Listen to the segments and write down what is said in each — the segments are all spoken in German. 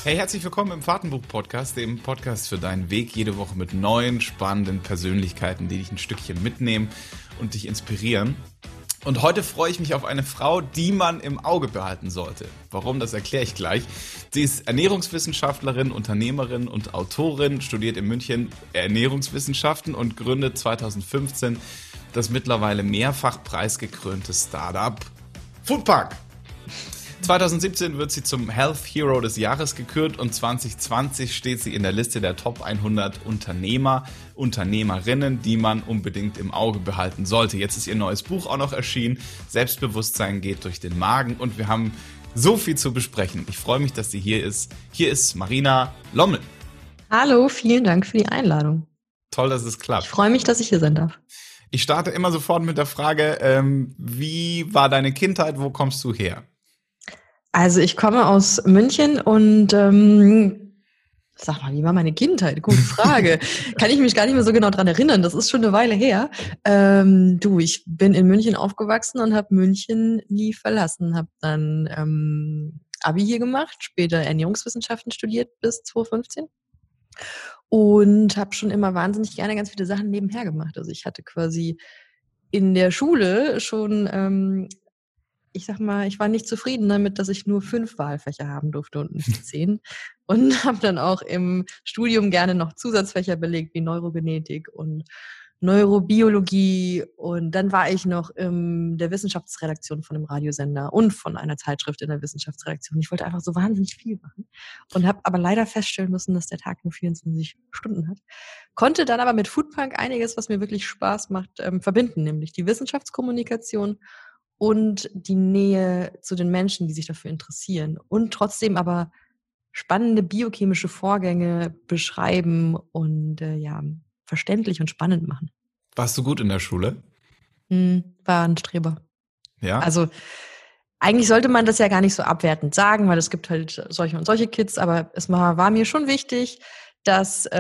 Hey, herzlich willkommen im Fahrtenbuch-Podcast, dem Podcast für deinen Weg, jede Woche mit neuen, spannenden Persönlichkeiten, die dich ein Stückchen mitnehmen und dich inspirieren. Und heute freue ich mich auf eine Frau, die man im Auge behalten sollte. Warum, das erkläre ich gleich. Sie ist Ernährungswissenschaftlerin, Unternehmerin und Autorin, studiert in München Ernährungswissenschaften und gründet 2015 das mittlerweile mehrfach preisgekrönte Startup Foodpunk. 2017 wird sie zum Health Hero des Jahres gekürt und 2020 steht sie in der Liste der Top 100 Unternehmer, Unternehmerinnen, die man unbedingt im Auge behalten sollte. Jetzt ist ihr neues Buch auch noch erschienen. Selbstbewusstsein geht durch den Magen und wir haben so viel zu besprechen. Ich freue mich, dass sie hier ist. Hier ist Marina Lommel. Hallo, vielen Dank für die Einladung. Toll, dass es klappt. Ich freue mich, dass ich hier sein darf. Ich starte immer sofort mit der Frage, wie war deine Kindheit, wo kommst du her? Also ich komme aus München und sag mal, wie war meine Kindheit? Gute Frage. Kann ich mich gar nicht mehr so genau dran erinnern. Das ist schon eine Weile her. Ich bin in München aufgewachsen und habe München nie verlassen. Habe dann Abi hier gemacht, später Ernährungswissenschaften studiert bis 2015 und habe schon immer wahnsinnig gerne ganz viele Sachen nebenher gemacht. Also ich hatte quasi in der Schule schon ich sag mal, ich war nicht zufrieden damit, dass ich nur 5 Wahlfächer haben durfte und nicht 10. Und habe dann auch im Studium gerne noch Zusatzfächer belegt, wie Neurogenetik und Neurobiologie. Und dann war ich noch in der Wissenschaftsredaktion von einem Radiosender und von einer Zeitschrift in der Wissenschaftsredaktion. Ich wollte einfach so wahnsinnig viel machen und habe aber leider feststellen müssen, dass der Tag nur 24 Stunden hat. Konnte dann aber mit Foodpunk einiges, was mir wirklich Spaß macht, verbinden, nämlich die Wissenschaftskommunikation und die Nähe zu den Menschen, die sich dafür interessieren und trotzdem aber spannende biochemische Vorgänge beschreiben und verständlich und spannend machen. Warst du gut in der Schule? War ein Streber. Ja? Also eigentlich sollte man das ja gar nicht so abwertend sagen, weil es gibt halt solche und solche Kids, aber es war mir schon wichtig, dass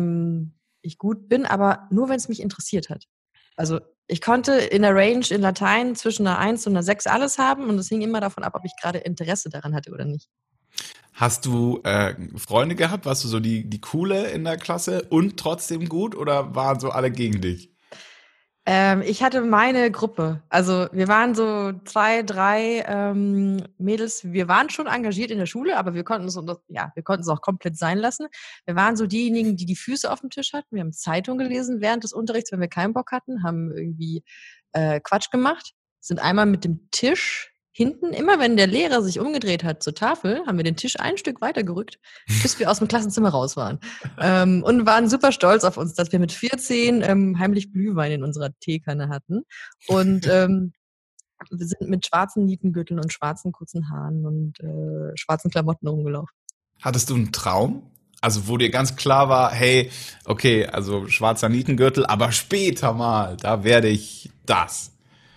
ich gut bin, aber nur, wenn es mich interessiert hat. Also ich konnte in der Range in Latein zwischen einer 1 und einer 6 alles haben und es hing immer davon ab, ob ich gerade Interesse daran hatte oder nicht. Hast du Freunde gehabt? Warst du so die Coole in der Klasse und trotzdem gut oder waren so alle gegen dich? Ich hatte meine Gruppe. Also wir waren so 2, 3 Mädels. Wir waren schon engagiert in der Schule, aber wir konnten es auch komplett sein lassen. Wir waren so diejenigen, die die Füße auf dem Tisch hatten. Wir haben Zeitung gelesen während des Unterrichts, wenn wir keinen Bock hatten, haben irgendwie Quatsch gemacht, sind einmal mit dem Tisch hinten, immer wenn der Lehrer sich umgedreht hat zur Tafel, haben wir den Tisch ein Stück weitergerückt, bis wir aus dem Klassenzimmer raus waren. Und waren super stolz auf uns, dass wir mit 14 heimlich Glühwein in unserer Teekanne hatten. Und wir sind mit schwarzen Nietengürteln und schwarzen kurzen Haaren und schwarzen Klamotten rumgelaufen. Hattest du einen Traum? Also wo dir ganz klar war, hey, okay, also schwarzer Nietengürtel, aber später mal, da werde ich das.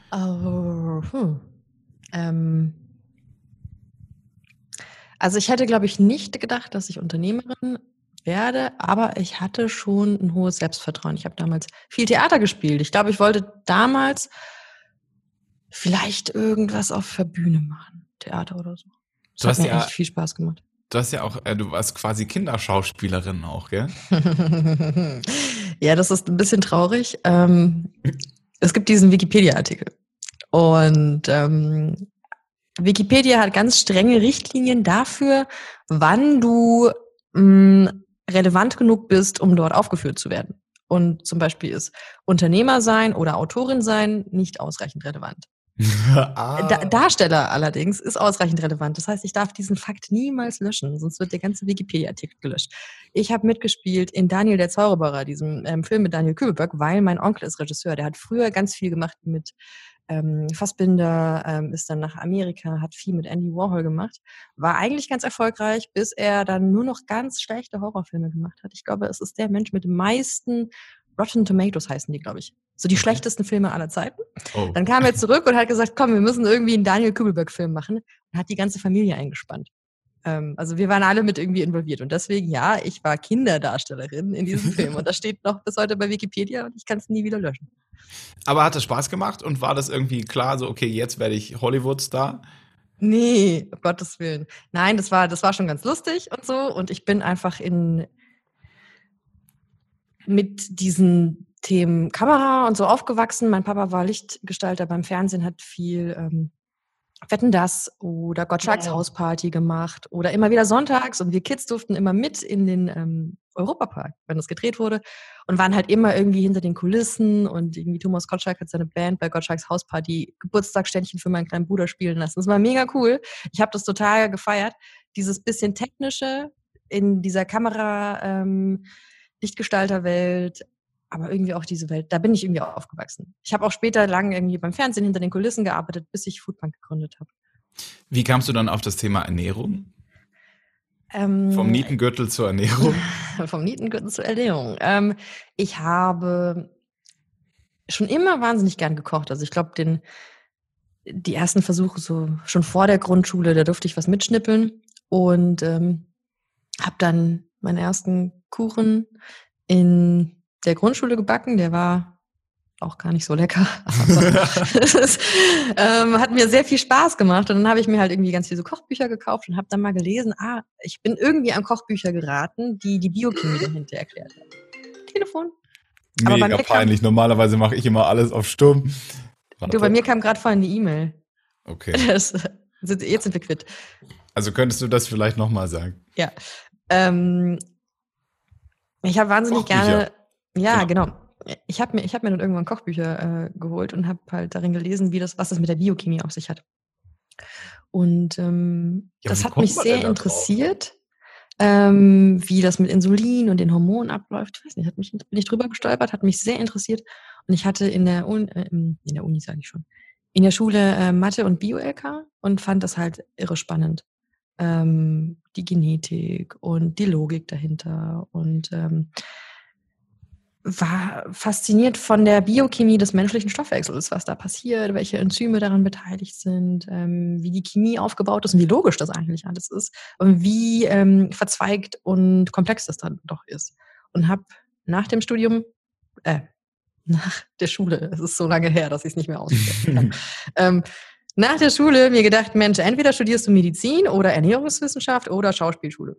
Also ich hätte, glaube ich, nicht gedacht, dass ich Unternehmerin werde, aber ich hatte schon ein hohes Selbstvertrauen. Ich habe damals viel Theater gespielt. Ich glaube, ich wollte damals vielleicht irgendwas auf der Bühne machen. Theater oder so. Das hat mir echt viel Spaß gemacht. Du hast ja auch, du warst quasi Kinderschauspielerin auch, gell? Ja, das ist ein bisschen traurig. Es gibt diesen Wikipedia-Artikel. Und Wikipedia hat ganz strenge Richtlinien dafür, wann du relevant genug bist, um dort aufgeführt zu werden. Und zum Beispiel ist Unternehmer sein oder Autorin sein nicht ausreichend relevant. Darsteller allerdings ist ausreichend relevant. Das heißt, ich darf diesen Fakt niemals löschen, sonst wird der ganze Wikipedia-Artikel gelöscht. Ich habe mitgespielt in Daniel der Zauberer, diesem Film mit Daniel Kübelberg, weil mein Onkel ist Regisseur. Der hat früher ganz viel gemacht mit Fassbinder, ist dann nach Amerika, hat viel mit Andy Warhol gemacht, war eigentlich ganz erfolgreich, bis er dann nur noch ganz schlechte Horrorfilme gemacht hat. Ich glaube, es ist der Mensch mit den meisten Rotten Tomatoes heißen die, glaube ich. So die schlechtesten Filme aller Zeiten. Oh. Dann kam er zurück und hat gesagt, komm, wir müssen irgendwie einen Daniel Kübelberg-Film machen und hat die ganze Familie eingespannt. Also wir waren alle mit irgendwie involviert und deswegen, ja, ich war Kinderdarstellerin in diesem Film und das steht noch bis heute bei Wikipedia und ich kann es nie wieder löschen. Aber hat es Spaß gemacht und war das irgendwie klar, so okay, jetzt werde ich Hollywood-Star? Nee, um Gottes Willen. Nein, das war schon ganz lustig und so. Und ich bin einfach mit diesen Themen Kamera und so aufgewachsen. Mein Papa war Lichtgestalter beim Fernsehen, hat viel Wetten, dass oder Gottschalks Hausparty gemacht oder immer wieder sonntags und wir Kids durften immer mit in den Europapark, wenn das gedreht wurde und waren halt immer irgendwie hinter den Kulissen und irgendwie Thomas Gottschalk hat seine Band bei Gottschalks Hausparty Geburtstagsständchen für meinen kleinen Bruder spielen lassen. Das war mega cool. Ich habe das total gefeiert. Dieses bisschen technische in dieser Kamera Lichtgestalterwelt, aber irgendwie auch diese Welt, da bin ich irgendwie auch aufgewachsen. Ich habe auch später lang irgendwie beim Fernsehen hinter den Kulissen gearbeitet, bis ich Foodbank gegründet habe. Wie kamst du dann auf das Thema Ernährung? Vom Nietengürtel zur Ernährung? Vom Nietengürtel zur Ernährung. Ich habe schon immer wahnsinnig gern gekocht. Also ich glaube, die ersten Versuche so schon vor der Grundschule, da durfte ich was mitschnippeln und habe dann meinen ersten Kuchen in der Grundschule gebacken. Der war auch gar nicht so lecker. Aber es hat mir sehr viel Spaß gemacht. Und dann habe ich mir halt irgendwie ganz viele so Kochbücher gekauft und habe dann mal gelesen, ich bin irgendwie an Kochbücher geraten, die die Biochemie dahinter erklärt haben. Telefon. Mega peinlich. Normalerweise mache ich immer alles auf Stumm. Du, bei mir kam gerade vorhin die E-Mail. Okay. Jetzt sind wir quitt. Also könntest du das vielleicht nochmal sagen? Ja. Ich habe wahnsinnig gerne, ja, genau. Ich habe mir dann irgendwann Kochbücher geholt und habe halt darin gelesen, was das mit der Biochemie auf sich hat. Und das hat mich sehr interessiert, wie das mit Insulin und den Hormonen abläuft. Ich weiß nicht, bin ich drüber gestolpert, hat mich sehr interessiert. Und ich hatte in der Uni sage ich schon, in der Schule Mathe und Bio-LK und fand das halt irre spannend. Die Genetik und die Logik dahinter und war fasziniert von der Biochemie des menschlichen Stoffwechsels, was da passiert, welche Enzyme daran beteiligt sind, wie die Chemie aufgebaut ist und wie logisch das eigentlich alles ist und wie verzweigt und komplex das dann doch ist. Und habe nach dem Studium, nach der Schule, es ist so lange her, dass ich es nicht mehr aussprechen kann, nach der Schule mir gedacht, Mensch, entweder studierst du Medizin oder Ernährungswissenschaft oder Schauspielschule.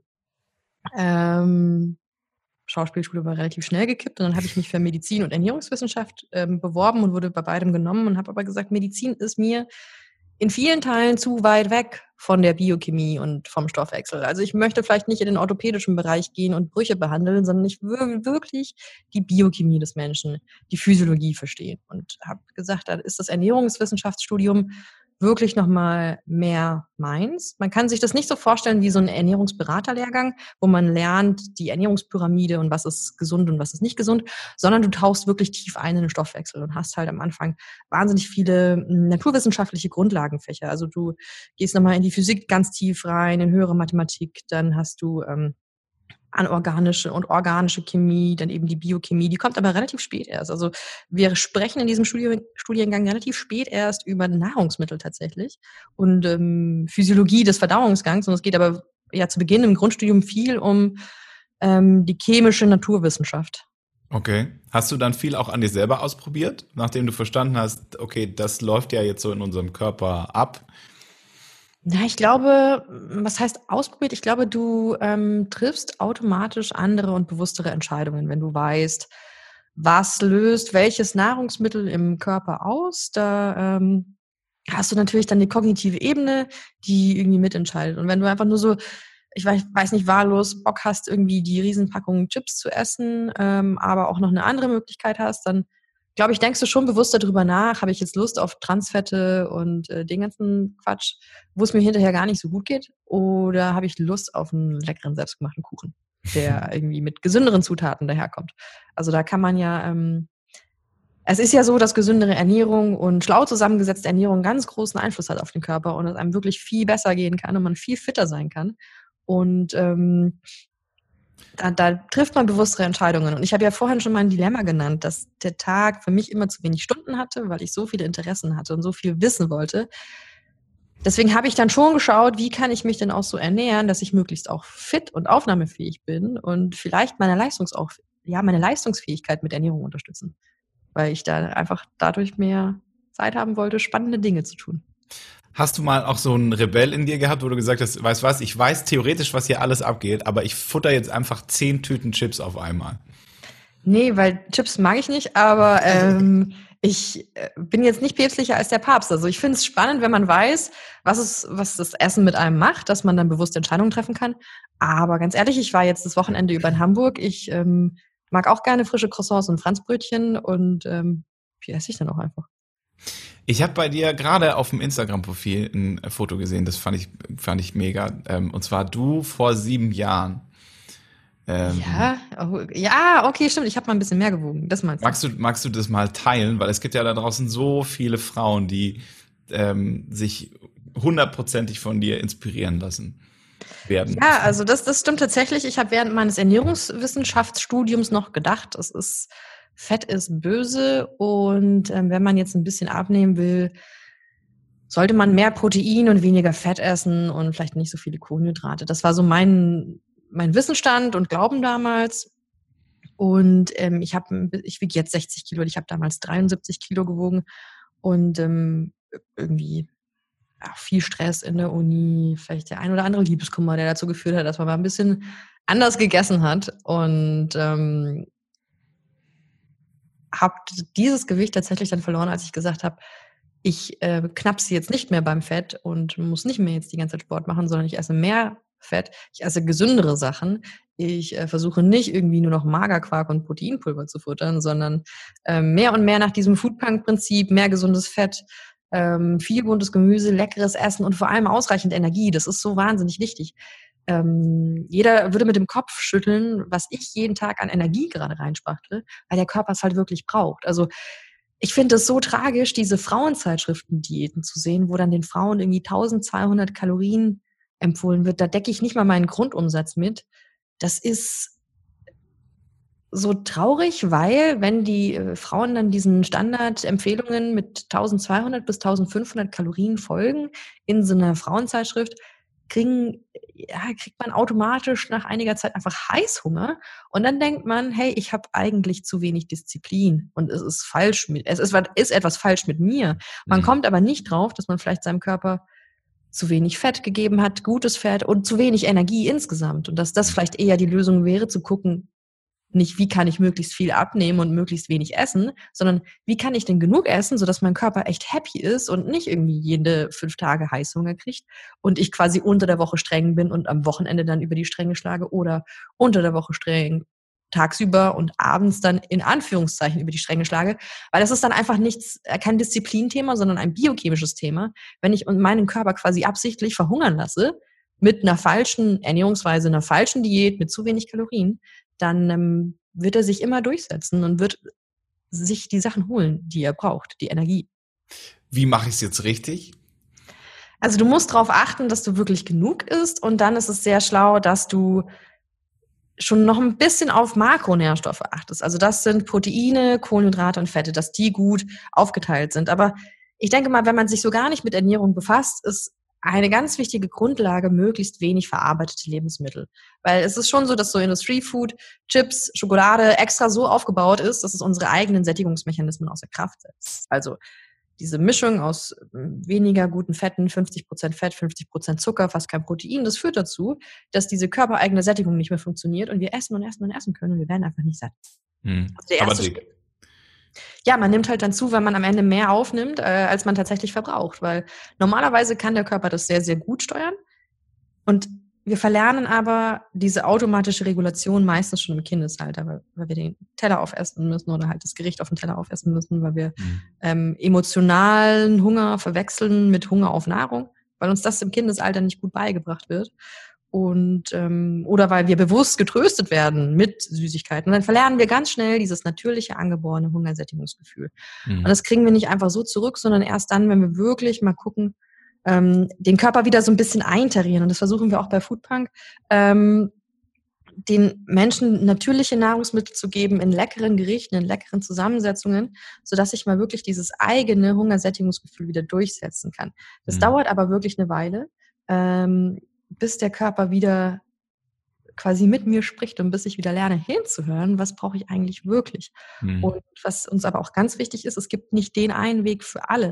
Schauspielschule war relativ schnell gekippt und dann habe ich mich für Medizin und Ernährungswissenschaft beworben und wurde bei beidem genommen und habe aber gesagt, Medizin ist mir in vielen Teilen zu weit weg von der Biochemie und vom Stoffwechsel. Also ich möchte vielleicht nicht in den orthopädischen Bereich gehen und Brüche behandeln, sondern ich will wirklich die Biochemie des Menschen, die Physiologie verstehen und habe gesagt, da ist das Ernährungswissenschaftsstudium wirklich nochmal mehr meins. Man kann sich das nicht so vorstellen wie so ein Ernährungsberaterlehrgang, wo man lernt die Ernährungspyramide und was ist gesund und was ist nicht gesund, sondern du tauchst wirklich tief ein in den Stoffwechsel und hast halt am Anfang wahnsinnig viele naturwissenschaftliche Grundlagenfächer. Also du gehst nochmal in die Physik ganz tief rein, in höhere Mathematik, dann hast du anorganische und organische Chemie, dann eben die Biochemie, die kommt aber relativ spät erst. Also wir sprechen in diesem Studiengang relativ spät erst über Nahrungsmittel tatsächlich und Physiologie des Verdauungsgangs. Und es geht aber ja zu Beginn im Grundstudium viel um die chemische Naturwissenschaft. Okay. Hast du dann viel auch an dir selber ausprobiert, nachdem du verstanden hast, okay, das läuft ja jetzt so in unserem Körper ab? Na, ich glaube, was heißt ausprobiert? Ich glaube, du triffst automatisch andere und bewusstere Entscheidungen, wenn du weißt, was löst welches Nahrungsmittel im Körper aus. Da hast du natürlich dann die kognitive Ebene, die irgendwie mitentscheidet. Und wenn du einfach nur so, ich weiß nicht, wahllos Bock hast, irgendwie die Riesenpackung Chips zu essen, aber auch noch eine andere Möglichkeit hast, dann glaube ich, denkst du schon bewusst darüber nach, habe ich jetzt Lust auf Transfette und den ganzen Quatsch, wo es mir hinterher gar nicht so gut geht? Oder habe ich Lust auf einen leckeren, selbstgemachten Kuchen, der irgendwie mit gesünderen Zutaten daherkommt? Also da kann man ja, es ist ja so, dass gesündere Ernährung und schlau zusammengesetzte Ernährung ganz großen Einfluss hat auf den Körper und es einem wirklich viel besser gehen kann und man viel fitter sein kann. Und da trifft man bewusstere Entscheidungen. Und ich habe ja vorhin schon mal ein Dilemma genannt, dass der Tag für mich immer zu wenig Stunden hatte, weil ich so viele Interessen hatte und so viel wissen wollte. Deswegen habe ich dann schon geschaut, wie kann ich mich denn auch so ernähren, dass ich möglichst auch fit und aufnahmefähig bin und vielleicht meine Leistungsfähigkeit mit Ernährung unterstützen. Weil ich da einfach dadurch mehr Zeit haben wollte, spannende Dinge zu tun. Hast du mal auch so einen Rebell in dir gehabt, wo du gesagt hast, weißt was, ich weiß theoretisch, was hier alles abgeht, aber ich futter jetzt einfach 10 Tüten Chips auf einmal? Nee, weil Chips mag ich nicht, aber ich bin jetzt nicht päpstlicher als der Papst. Also ich finde es spannend, wenn man weiß, was das Essen mit einem macht, dass man dann bewusst Entscheidungen treffen kann. Aber ganz ehrlich, ich war jetzt das Wochenende über in Hamburg. Ich mag auch gerne frische Croissants und Franzbrötchen und die esse ich dann auch einfach. Ich habe bei dir gerade auf dem Instagram-Profil ein Foto gesehen, das fand ich mega. Und zwar du vor 7 Jahren. Ja, okay, stimmt. Ich habe mal ein bisschen mehr gewogen. Das meinst du? Magst du das mal teilen? Weil es gibt ja da draußen so viele Frauen, die sich 100%ig von dir inspirieren lassen werden. Ja, also das stimmt tatsächlich. Ich habe während meines Ernährungswissenschaftsstudiums noch gedacht, Fett ist böse und wenn man jetzt ein bisschen abnehmen will, sollte man mehr Protein und weniger Fett essen und vielleicht nicht so viele Kohlenhydrate. Das war so mein Wissensstand und Glauben damals. Und ich wiege jetzt 60 Kilo und ich habe damals 73 Kilo gewogen und irgendwie viel Stress in der Uni, vielleicht der ein oder andere Liebeskummer, der dazu geführt hat, dass man mal ein bisschen anders gegessen hat und habe dieses Gewicht tatsächlich dann verloren, als ich gesagt habe, ich knapse jetzt nicht mehr beim Fett und muss nicht mehr jetzt die ganze Zeit Sport machen, sondern ich esse mehr Fett, ich esse gesündere Sachen. Ich versuche nicht irgendwie nur noch Magerquark und Proteinpulver zu futtern, sondern mehr und mehr nach diesem Foodpunk-Prinzip, mehr gesundes Fett, viel buntes Gemüse, leckeres Essen und vor allem ausreichend Energie. Das ist so wahnsinnig wichtig. Jeder würde mit dem Kopf schütteln, was ich jeden Tag an Energie gerade reinspachtle, weil der Körper es halt wirklich braucht. Also ich finde es so tragisch, diese Frauenzeitschriften-Diäten zu sehen, wo dann den Frauen irgendwie 1200 Kalorien empfohlen wird. Da decke ich nicht mal meinen Grundumsatz mit. Das ist so traurig, weil wenn die Frauen dann diesen Standardempfehlungen mit 1200 bis 1500 Kalorien folgen in so einer Frauenzeitschrift, kriegt man automatisch nach einiger Zeit einfach Heißhunger und dann denkt man, hey, ich habe eigentlich zu wenig Disziplin und es ist etwas falsch mit mir. Man kommt aber nicht drauf, dass man vielleicht seinem Körper zu wenig Fett gegeben hat, gutes Fett und zu wenig Energie insgesamt und dass das vielleicht eher die Lösung wäre, zu gucken, nicht, wie kann ich möglichst viel abnehmen und möglichst wenig essen, sondern wie kann ich denn genug essen, sodass mein Körper echt happy ist und nicht irgendwie jede 5 Tage Heißhunger kriegt und ich quasi unter der Woche streng bin und am Wochenende dann über die Stränge schlage oder unter der Woche streng tagsüber und abends dann in Anführungszeichen über die Stränge schlage, weil das ist dann einfach kein Disziplinthema, sondern ein biochemisches Thema, wenn ich meinen Körper quasi absichtlich verhungern lasse mit einer falschen Ernährungsweise, einer falschen Diät, mit zu wenig Kalorien, dann wird er sich immer durchsetzen und wird sich die Sachen holen, die er braucht, die Energie. Wie mache ich es jetzt richtig? Also du musst darauf achten, dass du wirklich genug isst und dann ist es sehr schlau, dass du schon noch ein bisschen auf Makronährstoffe achtest. Also das sind Proteine, Kohlenhydrate und Fette, dass die gut aufgeteilt sind. Aber ich denke mal, wenn man sich so gar nicht mit Ernährung befasst, ist eine ganz wichtige Grundlage möglichst wenig verarbeitete Lebensmittel. Weil es ist schon so, dass so Industriefood, Chips, Schokolade extra so aufgebaut ist, dass es unsere eigenen Sättigungsmechanismen außer Kraft setzt. Also diese Mischung aus weniger guten Fetten, 50% Fett, 50% Zucker, fast kein Protein, das führt dazu, dass diese körpereigene Sättigung nicht mehr funktioniert und wir essen und essen und essen können und wir werden einfach nicht satt. Aber dick. Ja, man nimmt halt dann zu, wenn man am Ende mehr aufnimmt, als man tatsächlich verbraucht, weil normalerweise kann der Körper das sehr, sehr gut steuern und wir verlernen aber diese automatische Regulation meistens schon im Kindesalter, weil wir den Teller aufessen müssen oder halt das Gericht auf den Teller aufessen müssen, weil wir emotionalen Hunger verwechseln mit Hunger auf Nahrung, weil uns das im Kindesalter nicht gut beigebracht wird. Und oder weil wir bewusst getröstet werden mit Süßigkeiten. Und dann verlernen wir ganz schnell dieses natürliche angeborene Hungersättigungsgefühl. Und das kriegen wir nicht einfach so zurück, sondern erst dann, wenn wir wirklich mal gucken, den Körper wieder so ein bisschen eintarieren. Und das versuchen wir auch bei Foodpunk, den Menschen natürliche Nahrungsmittel zu geben in leckeren Gerichten, in leckeren Zusammensetzungen, sodass ich mal wirklich dieses eigene Hungersättigungsgefühl wieder durchsetzen kann. Das dauert aber wirklich eine Weile, bis der Körper wieder quasi mit mir spricht und bis ich wieder lerne hinzuhören, was brauche ich eigentlich wirklich. Und was uns aber auch ganz wichtig ist, es gibt nicht den einen Weg für alle.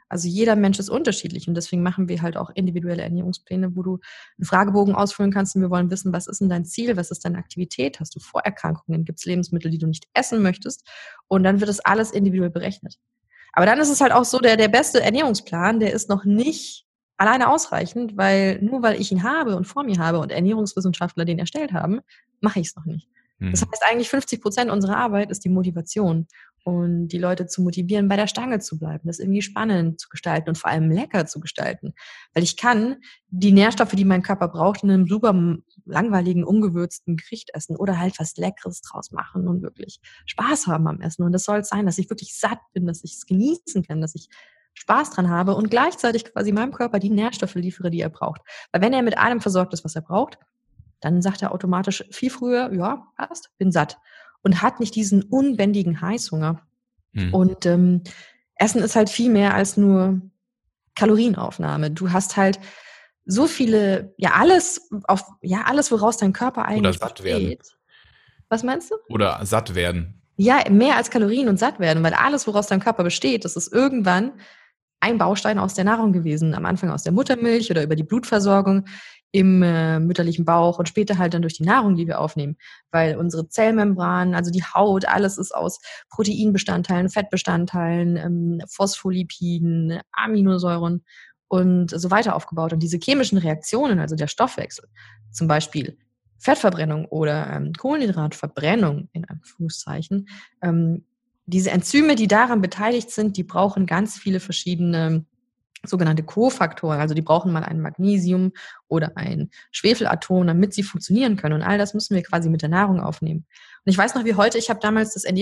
Also jeder Mensch ist unterschiedlich und deswegen machen wir halt auch individuelle Ernährungspläne, wo du einen Fragebogen ausfüllen kannst und wir wollen wissen, was ist denn dein Ziel, was ist deine Aktivität, hast du Vorerkrankungen, gibt es Lebensmittel, die du nicht essen möchtest und dann wird das alles individuell berechnet. Aber dann ist es halt auch so, der beste Ernährungsplan, der ist noch nicht alleine ausreichend, weil nur weil ich ihn habe und vor mir habe und Ernährungswissenschaftler den erstellt haben, mache ich es noch nicht. Das heißt, eigentlich 50% unserer Arbeit ist die Motivation und die Leute zu motivieren, bei der Stange zu bleiben, das irgendwie spannend zu gestalten und vor allem lecker zu gestalten. Weil ich kann die Nährstoffe, die mein Körper braucht, in einem super langweiligen, ungewürzten Gericht essen oder halt was Leckeres draus machen und wirklich Spaß haben am Essen. Und das soll es sein, dass ich wirklich satt bin, dass ich es genießen kann, dass ich Spaß dran habe und gleichzeitig quasi meinem Körper die Nährstoffe liefere, die er braucht. Weil wenn er mit allem versorgt ist, was er braucht, dann sagt er automatisch viel früher, ja, passt, bin satt. Und hat nicht diesen unbändigen Heißhunger. Und Essen ist halt viel mehr als nur Kalorienaufnahme. Du hast halt so viele, alles, woraus dein Körper eigentlich Oder satt werden. besteht. Was meinst du? Oder satt werden. Ja, mehr als Kalorien und satt werden, weil alles, woraus dein Körper besteht, das ist irgendwann ein Baustein aus der Nahrung gewesen. Am Anfang aus der Muttermilch oder über die Blutversorgung im mütterlichen Bauch und später halt dann durch die Nahrung, die wir aufnehmen. Weil unsere Zellmembran, also die Haut, alles ist aus Proteinbestandteilen, Fettbestandteilen, Phospholipiden, Aminosäuren und so weiter aufgebaut. Und diese chemischen Reaktionen, also der Stoffwechsel, zum Beispiel Fettverbrennung oder Kohlenhydratverbrennung in Anführungszeichen, diese Enzyme, die daran beteiligt sind, die brauchen ganz viele verschiedene sogenannte Kofaktoren. Also die brauchen mal ein Magnesium oder ein Schwefelatom, damit sie funktionieren können. Und all das müssen wir quasi mit der Nahrung aufnehmen. Und ich weiß noch wie heute, ich habe damals das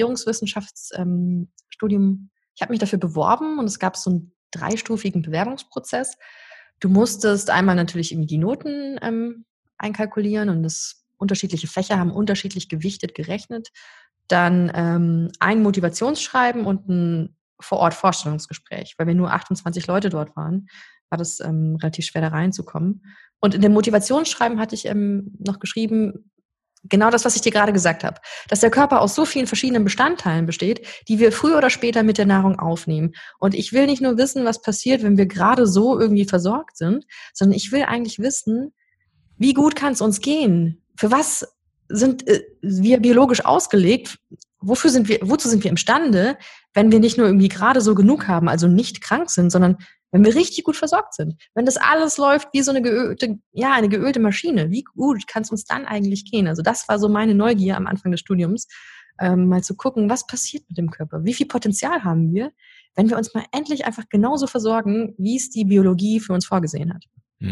Ernährungswissenschaftsstudium, ich habe mich dafür beworben und es gab so einen 3-stufigen Bewerbungsprozess. Du musstest einmal natürlich irgendwie die Noten einkalkulieren und unterschiedliche Fächer haben unterschiedlich gewichtet gerechnet. Dann ein Motivationsschreiben und ein Vor-Ort-Vorstellungsgespräch, weil wir nur 28 Leute dort waren, war das relativ schwer da reinzukommen. Und in dem Motivationsschreiben hatte ich noch geschrieben, genau das, was ich dir gerade gesagt habe, dass der Körper aus so vielen verschiedenen Bestandteilen besteht, die wir früher oder später mit der Nahrung aufnehmen. Und ich will nicht nur wissen, was passiert, wenn wir gerade so irgendwie versorgt sind, sondern ich will eigentlich wissen, wie gut kann es uns gehen? Für was sind wir biologisch ausgelegt? Wozu sind wir imstande, wenn wir nicht nur irgendwie gerade so genug haben, also nicht krank sind, sondern wenn wir richtig gut versorgt sind? Wenn das alles läuft wie so eine geölte Maschine, wie gut kann es uns dann eigentlich gehen? Also das war so meine Neugier am Anfang des Studiums, mal zu gucken, was passiert mit dem Körper? Wie viel Potenzial haben wir, wenn wir uns mal endlich einfach genauso versorgen, wie es die Biologie für uns vorgesehen hat?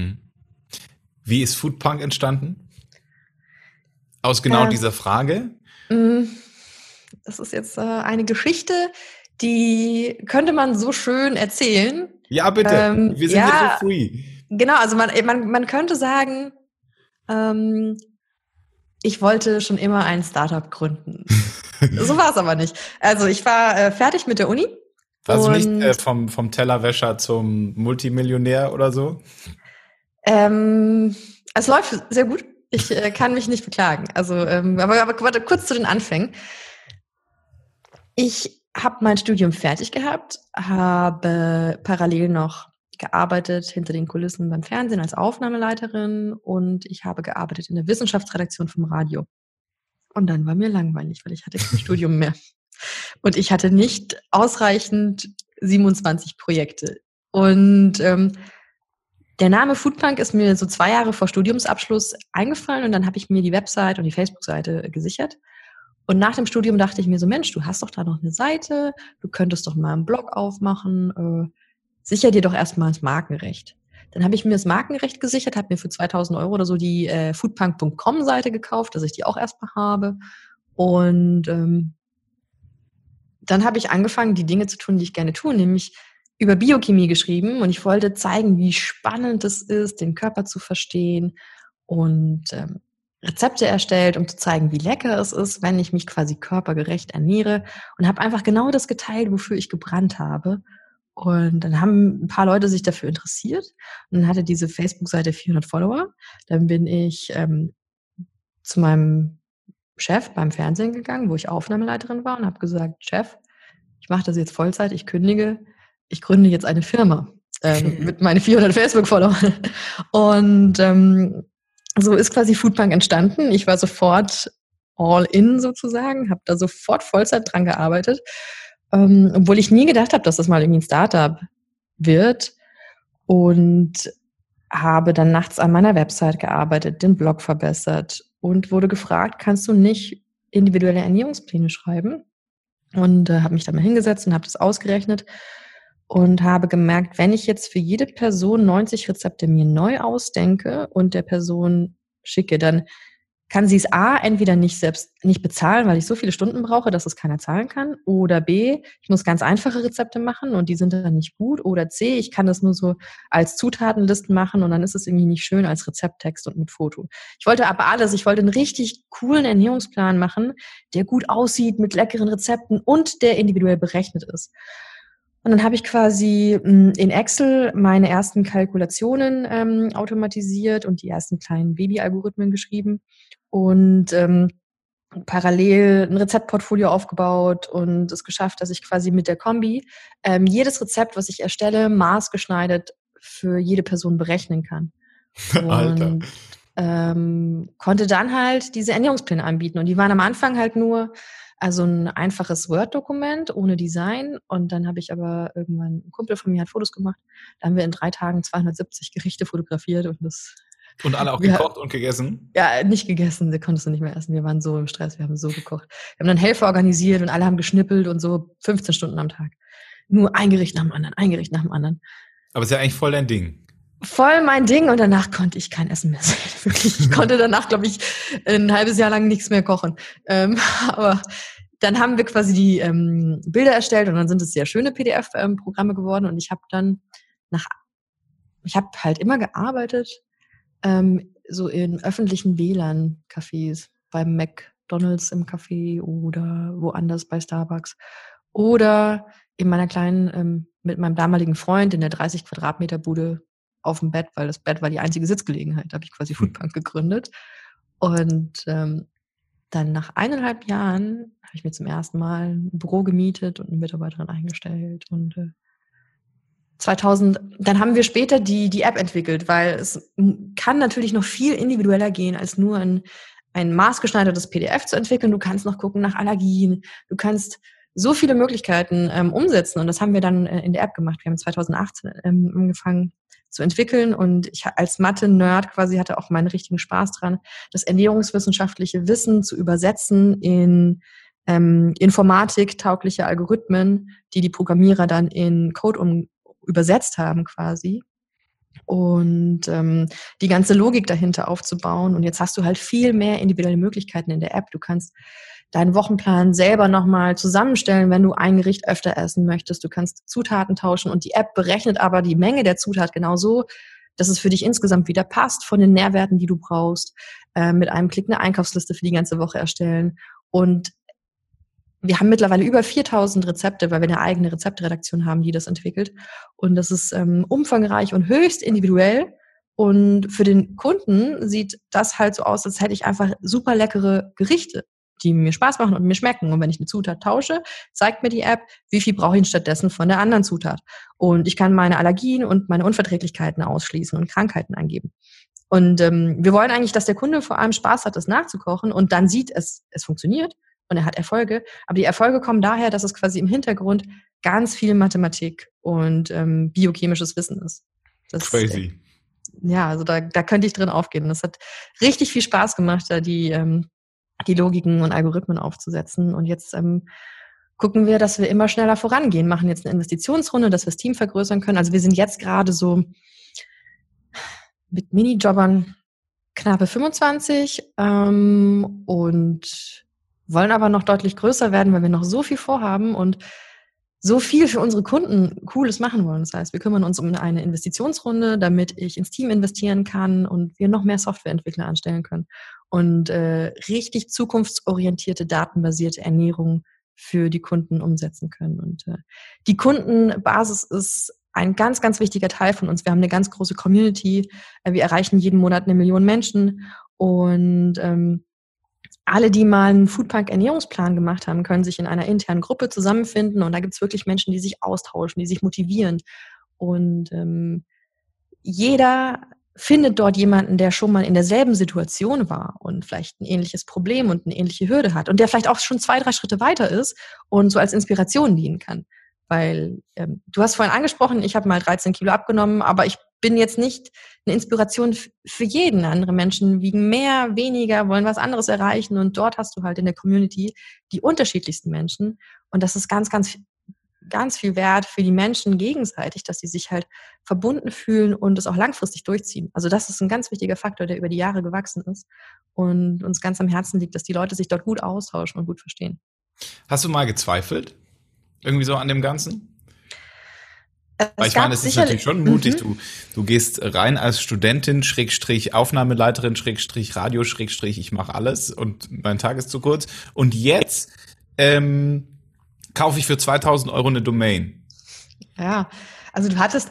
Wie ist Foodpunk entstanden? Aus genau dieser Frage? Das ist jetzt eine Geschichte, die könnte man so schön erzählen. Ja, bitte. Wir sind hier for free. Genau, also man könnte sagen, ich wollte schon immer ein Startup gründen. So war es aber nicht. Also ich war fertig mit der Uni. Warst du nicht vom Tellerwäscher zum Multimillionär oder so? Es läuft sehr gut. Ich kann mich nicht beklagen. Also, aber kurz zu den Anfängen. Ich habe mein Studium fertig gehabt, habe parallel noch gearbeitet hinter den Kulissen beim Fernsehen als Aufnahmeleiterin und ich habe gearbeitet in der Wissenschaftsredaktion vom Radio. Und dann war mir langweilig, weil ich hatte kein Studium mehr. Und ich hatte nicht ausreichend 27 Projekte. Und der Name Foodpunk ist mir so 2 Jahre vor Studiumsabschluss eingefallen und dann habe ich mir die Website und die Facebook-Seite gesichert. Und nach dem Studium dachte ich mir so, Mensch, du hast doch da noch eine Seite, du könntest doch mal einen Blog aufmachen, sicher dir doch erstmal das Markenrecht. Dann habe ich mir das Markenrecht gesichert, habe mir für 2.000 € oder so die foodpunk.com-Seite gekauft, dass ich die auch erstmal habe. Und dann habe ich angefangen, die Dinge zu tun, die ich gerne tue, nämlich über Biochemie geschrieben und ich wollte zeigen, wie spannend es ist, den Körper zu verstehen und Rezepte erstellt, um zu zeigen, wie lecker es ist, wenn ich mich quasi körpergerecht ernähre und habe einfach genau das geteilt, wofür ich gebrannt habe. Und dann haben ein paar Leute sich dafür interessiert und dann hatte diese Facebook-Seite 400 Follower. Dann bin ich zu meinem Chef beim Fernsehen gegangen, wo ich Aufnahmeleiterin war und habe gesagt, Chef, ich mache das jetzt Vollzeit, ich kündige. ich gründe jetzt eine Firma mit meinen 400 Facebook-Followern. Und so ist quasi Foodpunk entstanden. Ich war sofort all in sozusagen, habe da sofort Vollzeit dran gearbeitet, obwohl ich nie gedacht habe, dass das mal irgendwie ein Startup wird, und habe dann nachts an meiner Website gearbeitet, den Blog verbessert und wurde gefragt, kannst du nicht individuelle Ernährungspläne schreiben? Und habe mich da mal hingesetzt und habe das ausgerechnet und habe gemerkt, wenn ich jetzt für jede Person 90 Rezepte mir neu ausdenke und der Person schicke, dann kann sie es A, entweder nicht bezahlen, weil ich so viele Stunden brauche, dass es keiner zahlen kann, oder B, ich muss ganz einfache Rezepte machen und die sind dann nicht gut, oder C, ich kann das nur so als Zutatenlisten machen und dann ist es irgendwie nicht schön als Rezepttext und mit Foto. Ich wollte aber alles. Ich wollte einen richtig coolen Ernährungsplan machen, der gut aussieht, mit leckeren Rezepten und der individuell berechnet ist. Und dann habe ich quasi in Excel meine ersten Kalkulationen automatisiert und die ersten kleinen Baby-Algorithmen geschrieben und parallel ein Rezeptportfolio aufgebaut und es geschafft, dass ich quasi mit der Kombi jedes Rezept, was ich erstelle, maßgeschneidert für jede Person berechnen kann. Alter. Und konnte dann halt diese Ernährungspläne anbieten. Und die waren am Anfang halt nur ein einfaches Word-Dokument ohne Design. Und dann habe ich aber irgendwann, ein Kumpel von mir hat Fotos gemacht. Da haben wir in 3 Tagen 270 Gerichte fotografiert Und alle auch gekocht und gegessen? Ja, nicht gegessen, die konntest du nicht mehr essen. Wir waren so im Stress, wir haben so gekocht. Wir haben dann Helfer organisiert und alle haben geschnippelt und so 15 Stunden am Tag. Nur ein Gericht nach dem anderen, ein Gericht nach dem anderen. Aber ist ja eigentlich voll dein Ding. Voll mein Ding, und danach konnte ich kein Essen mehr sehen. Wirklich, ich konnte danach, glaube ich, ein halbes Jahr lang nichts mehr kochen. Aber dann haben wir quasi die Bilder erstellt und dann sind es sehr schöne PDF-Programme geworden und ich habe halt immer gearbeitet, so in öffentlichen WLAN-Cafés, beim McDonald's im Café oder woanders bei Starbucks. Oder in meiner kleinen, mit meinem damaligen Freund in der 30 Quadratmeter Bude auf dem Bett, weil das Bett war die einzige Sitzgelegenheit. Da habe ich quasi Foodpunk gegründet. Und dann nach 1,5 Jahren habe ich mir zum ersten Mal ein Büro gemietet und eine Mitarbeiterin eingestellt. Und 2000, dann haben wir später die App entwickelt, weil es kann natürlich noch viel individueller gehen, als nur ein maßgeschneidertes PDF zu entwickeln. Du kannst noch gucken nach Allergien. Du kannst so viele Möglichkeiten umsetzen. Und das haben wir dann in der App gemacht. Wir haben 2018 angefangen zu entwickeln. Und ich als Mathe-Nerd quasi hatte auch meinen richtigen Spaß dran, das ernährungswissenschaftliche Wissen zu übersetzen in informatik-taugliche Algorithmen, die Programmierer dann in Code übersetzt haben quasi. Und die ganze Logik dahinter aufzubauen. Und jetzt hast du halt viel mehr individuelle Möglichkeiten in der App. Du kannst deinen Wochenplan selber nochmal zusammenstellen, wenn du ein Gericht öfter essen möchtest. Du kannst Zutaten tauschen und die App berechnet aber die Menge der Zutat genauso, dass es für dich insgesamt wieder passt von den Nährwerten, die du brauchst. Mit einem Klick eine Einkaufsliste für die ganze Woche erstellen. Und wir haben mittlerweile über 4000 Rezepte, weil wir eine eigene Rezeptredaktion haben, die das entwickelt. Und das ist umfangreich und höchst individuell. Und für den Kunden sieht das halt so aus, als hätte ich einfach super leckere Gerichte, die mir Spaß machen und mir schmecken. Und wenn ich eine Zutat tausche, zeigt mir die App, wie viel brauche ich stattdessen von der anderen Zutat. Und ich kann meine Allergien und meine Unverträglichkeiten ausschließen und Krankheiten angeben. Und wir wollen eigentlich, dass der Kunde vor allem Spaß hat, das nachzukochen und dann sieht, es funktioniert und er hat Erfolge. Aber die Erfolge kommen daher, dass es quasi im Hintergrund ganz viel Mathematik und biochemisches Wissen ist. Das Crazy. Ja, also da könnte ich drin aufgehen. Das hat richtig viel Spaß gemacht, da die Logiken und Algorithmen aufzusetzen. Und jetzt gucken wir, dass wir immer schneller vorangehen, machen jetzt eine Investitionsrunde, dass wir das Team vergrößern können. Also wir sind jetzt gerade so mit Minijobbern knappe 25 und wollen aber noch deutlich größer werden, weil wir noch so viel vorhaben und so viel für unsere Kunden Cooles machen wollen. Das heißt, wir kümmern uns um eine Investitionsrunde, damit ich ins Team investieren kann und wir noch mehr Softwareentwickler anstellen können und richtig zukunftsorientierte, datenbasierte Ernährung für die Kunden umsetzen können. Und die Kundenbasis ist ein ganz, ganz wichtiger Teil von uns. Wir haben eine ganz große Community. Wir erreichen jeden Monat 1 Million Menschen und alle, die mal einen Foodpunk-Ernährungsplan gemacht haben, können sich in einer internen Gruppe zusammenfinden und da gibt es wirklich Menschen, die sich austauschen, die sich motivieren. Und jeder findet dort jemanden, der schon mal in derselben Situation war und vielleicht ein ähnliches Problem und eine ähnliche Hürde hat und der vielleicht auch schon 2, 3 Schritte weiter ist und so als Inspiration dienen kann. Weil du hast vorhin angesprochen, ich habe mal 13 Kilo abgenommen, aber ich bin jetzt nicht eine Inspiration für jeden. Andere Menschen wiegen mehr, weniger, wollen was anderes erreichen und dort hast du halt in der Community die unterschiedlichsten Menschen und das ist ganz, ganz ganz viel Wert für die Menschen gegenseitig, dass sie sich halt verbunden fühlen und es auch langfristig durchziehen. Also das ist ein ganz wichtiger Faktor, der über die Jahre gewachsen ist und uns ganz am Herzen liegt, dass die Leute sich dort gut austauschen und gut verstehen. Hast du mal gezweifelt? Irgendwie so an dem Ganzen? Weil Es ich meine, gab es ist sicherlich, natürlich schon mutig. Du gehst rein als Studentin, Schrägstrich Aufnahmeleiterin, Schrägstrich Radio, Schrägstrich ich mache alles und mein Tag ist zu kurz. Und jetzt kaufe ich für 2.000 € eine Domain. ja, also du hattest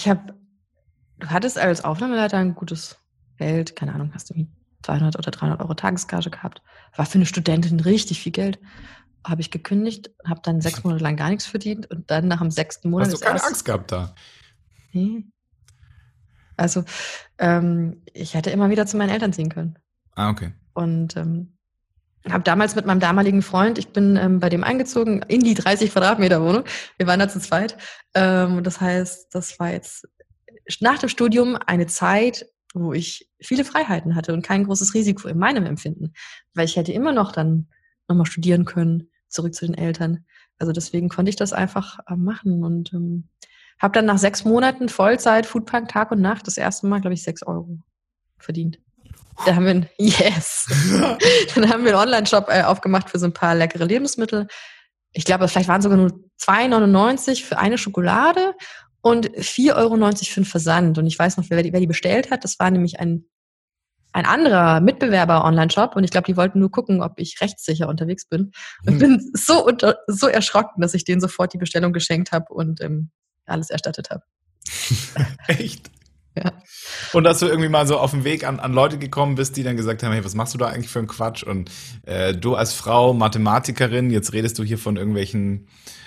als Aufnahmeleiter ein gutes Geld, keine Ahnung, hast du 200 oder 300 € Tagesgage gehabt. War für eine Studentin richtig viel Geld. Habe ich gekündigt, habe dann 6 Monate lang gar nichts verdient und dann nach dem 6. Monat Hast du keine Angst gehabt da? Nee. Also ich hätte immer wieder zu meinen Eltern ziehen können. Ah, okay. Und habe damals mit meinem damaligen Freund, ich bin bei dem eingezogen in die 30 Quadratmeter Wohnung. Wir waren da zu zweit. Das heißt, das war jetzt nach dem Studium eine Zeit, wo ich viele Freiheiten hatte und kein großes Risiko in meinem Empfinden. Weil ich hätte immer noch dann nochmal studieren können, zurück zu den Eltern. Also deswegen konnte ich das einfach machen und habe dann nach 6 Monaten Vollzeit Foodpunk Tag und Nacht das erste Mal, glaube ich, 6 € verdient. Da haben wir Dann haben wir einen Online-Shop aufgemacht für so ein paar leckere Lebensmittel. Ich glaube, vielleicht waren sogar nur 2,99 € für eine Schokolade und 4,90 € für den Versand. Und ich weiß noch, wer die bestellt hat. Das war nämlich ein anderer Mitbewerber-Online-Shop und ich glaube, die wollten nur gucken, ob ich rechtssicher unterwegs bin. Und bin so erschrocken, dass ich denen sofort die Bestellung geschenkt habe und alles erstattet habe. Echt? Ja. Und dass du irgendwie mal so auf den Weg an Leute gekommen bist, die dann gesagt haben, hey, was machst du da eigentlich für einen Quatsch? Und du als Frau, Mathematikerin, jetzt redest du hier von irgendwelchen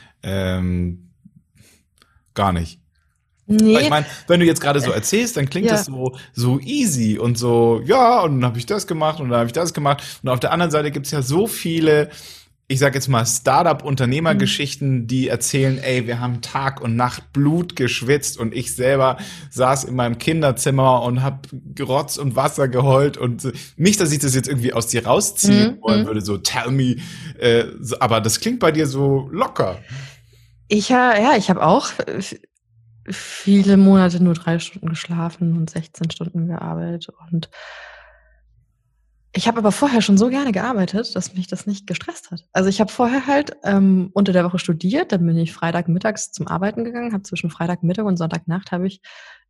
gar nicht. Nee. Weil ich meine, wenn du jetzt gerade so erzählst, dann klingt das so easy und so, ja, und dann habe ich das gemacht und dann habe ich das gemacht. Und auf der anderen Seite gibt's ja so viele, ich sag jetzt mal Startup-Unternehmergeschichten, die erzählen, ey, wir haben Tag und Nacht Blut geschwitzt und ich selber saß in meinem Kinderzimmer und hab Rotz und Wasser geheult und nicht, dass ich das jetzt irgendwie aus dir rausziehen wollen würde, so tell me, aber das klingt bei dir so locker. Ich habe auch viele Monate nur 3 Stunden geschlafen und 16 Stunden gearbeitet und ich habe aber vorher schon so gerne gearbeitet, dass mich das nicht gestresst hat. Also ich habe vorher halt unter der Woche studiert, dann bin ich Freitagmittags zum Arbeiten gegangen, habe zwischen Freitagmittag und Sonntagnacht habe ich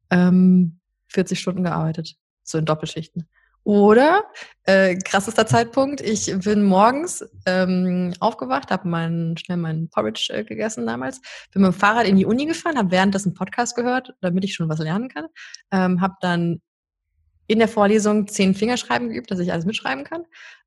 40 Stunden gearbeitet, so in Doppelschichten. Oder, krassester Zeitpunkt, ich bin morgens aufgewacht, habe schnell meinen Porridge gegessen damals, bin mit dem Fahrrad in die Uni gefahren, habe währenddessen einen Podcast gehört, damit ich schon was lernen kann, habe dann in der Vorlesung 10 Fingerschreiben geübt, dass ich alles mitschreiben kann,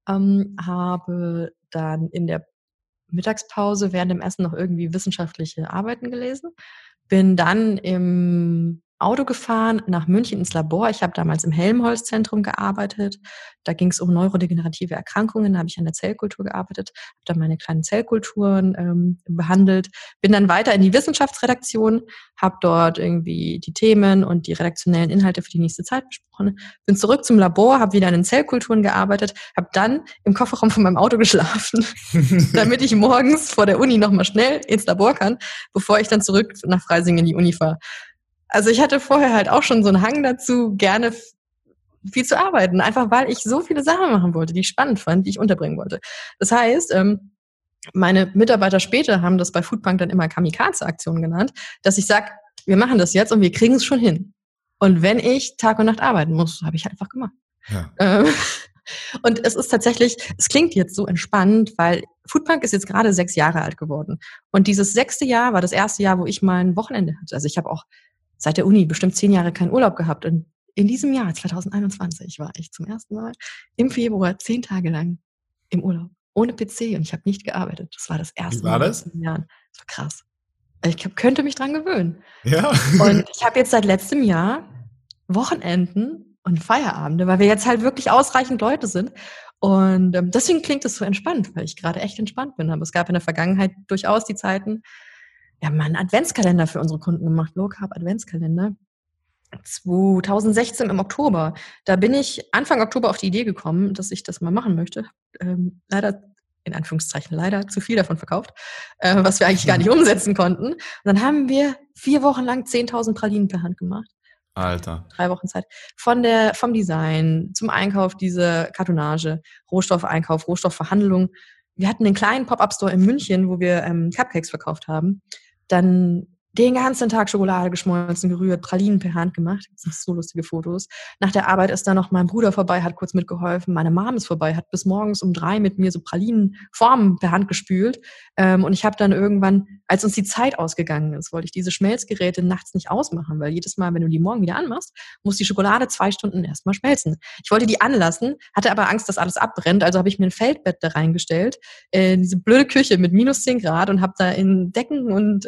habe dann in der Mittagspause während dem Essen noch irgendwie wissenschaftliche Arbeiten gelesen, bin dann im Auto gefahren nach München ins Labor. Ich habe damals im Helmholtz-Zentrum gearbeitet. Da ging es um neurodegenerative Erkrankungen. Da habe ich an der Zellkultur gearbeitet, habe dann meine kleinen Zellkulturen behandelt. Bin dann weiter in die Wissenschaftsredaktion, habe dort irgendwie die Themen und die redaktionellen Inhalte für die nächste Zeit besprochen. Bin zurück zum Labor, habe wieder an den Zellkulturen gearbeitet, habe dann im Kofferraum von meinem Auto geschlafen, damit ich morgens vor der Uni nochmal schnell ins Labor kann, bevor ich dann zurück nach Freising in die Uni fahre. Also ich hatte vorher halt auch schon so einen Hang dazu, gerne viel zu arbeiten, einfach weil ich so viele Sachen machen wollte, die ich spannend fand, die ich unterbringen wollte. Das heißt, meine Mitarbeiter später haben das bei Foodpunk dann immer Kamikaze-Aktion genannt, dass ich sage, wir machen das jetzt und wir kriegen es schon hin. Und wenn ich Tag und Nacht arbeiten muss, habe ich halt einfach gemacht. Ja. Und es ist tatsächlich, es klingt jetzt so entspannt, weil Foodpunk ist jetzt gerade 6 Jahre alt geworden. Und dieses 6. Jahr war das erste Jahr, wo ich mal ein Wochenende hatte. Also ich habe auch seit der Uni bestimmt 10 Jahre keinen Urlaub gehabt. Und in diesem Jahr, 2021, war ich zum ersten Mal im Februar 10 Tage lang im Urlaub. Ohne PC und ich habe nicht gearbeitet. Das war das Wie erste war Mal in das? 7 Jahren. Das war krass. Könnte mich dran gewöhnen. Ja. Und ich habe jetzt seit letztem Jahr Wochenenden und Feierabende, weil wir jetzt halt wirklich ausreichend Leute sind. Und deswegen klingt es so entspannt, weil ich gerade echt entspannt bin. Aber es gab in der Vergangenheit durchaus die Zeiten, wir haben mal einen Adventskalender für unsere Kunden gemacht, Low Carb Adventskalender. 2016 im Oktober. Da bin ich Anfang Oktober auf die Idee gekommen, dass ich das mal machen möchte. Leider, in Anführungszeichen, leider zu viel davon verkauft, was wir eigentlich gar nicht umsetzen konnten. Und dann haben wir 4 Wochen lang 10.000 Pralinen per Hand gemacht. Alter. 3 Wochen Zeit. Vom Design zum Einkauf, diese Kartonage, Rohstoffeinkauf, Rohstoffverhandlung. Wir hatten einen kleinen Pop-Up-Store in München, wo wir Cupcakes verkauft haben. Dann den ganzen Tag Schokolade geschmolzen, gerührt, Pralinen per Hand gemacht. Das sind so lustige Fotos. Nach der Arbeit ist dann noch mein Bruder vorbei, hat kurz mitgeholfen. Meine Mom ist vorbei, hat bis morgens um 3 mit mir so Pralinenformen per Hand gespült. Und ich habe dann irgendwann, als uns die Zeit ausgegangen ist, wollte ich diese Schmelzgeräte nachts nicht ausmachen, weil jedes Mal, wenn du die morgen wieder anmachst, muss die Schokolade 2 Stunden erstmal schmelzen. Ich wollte die anlassen, hatte aber Angst, dass alles abbrennt, also habe ich mir ein Feldbett da reingestellt, in diese blöde Küche mit minus 10 Grad und habe da in Decken und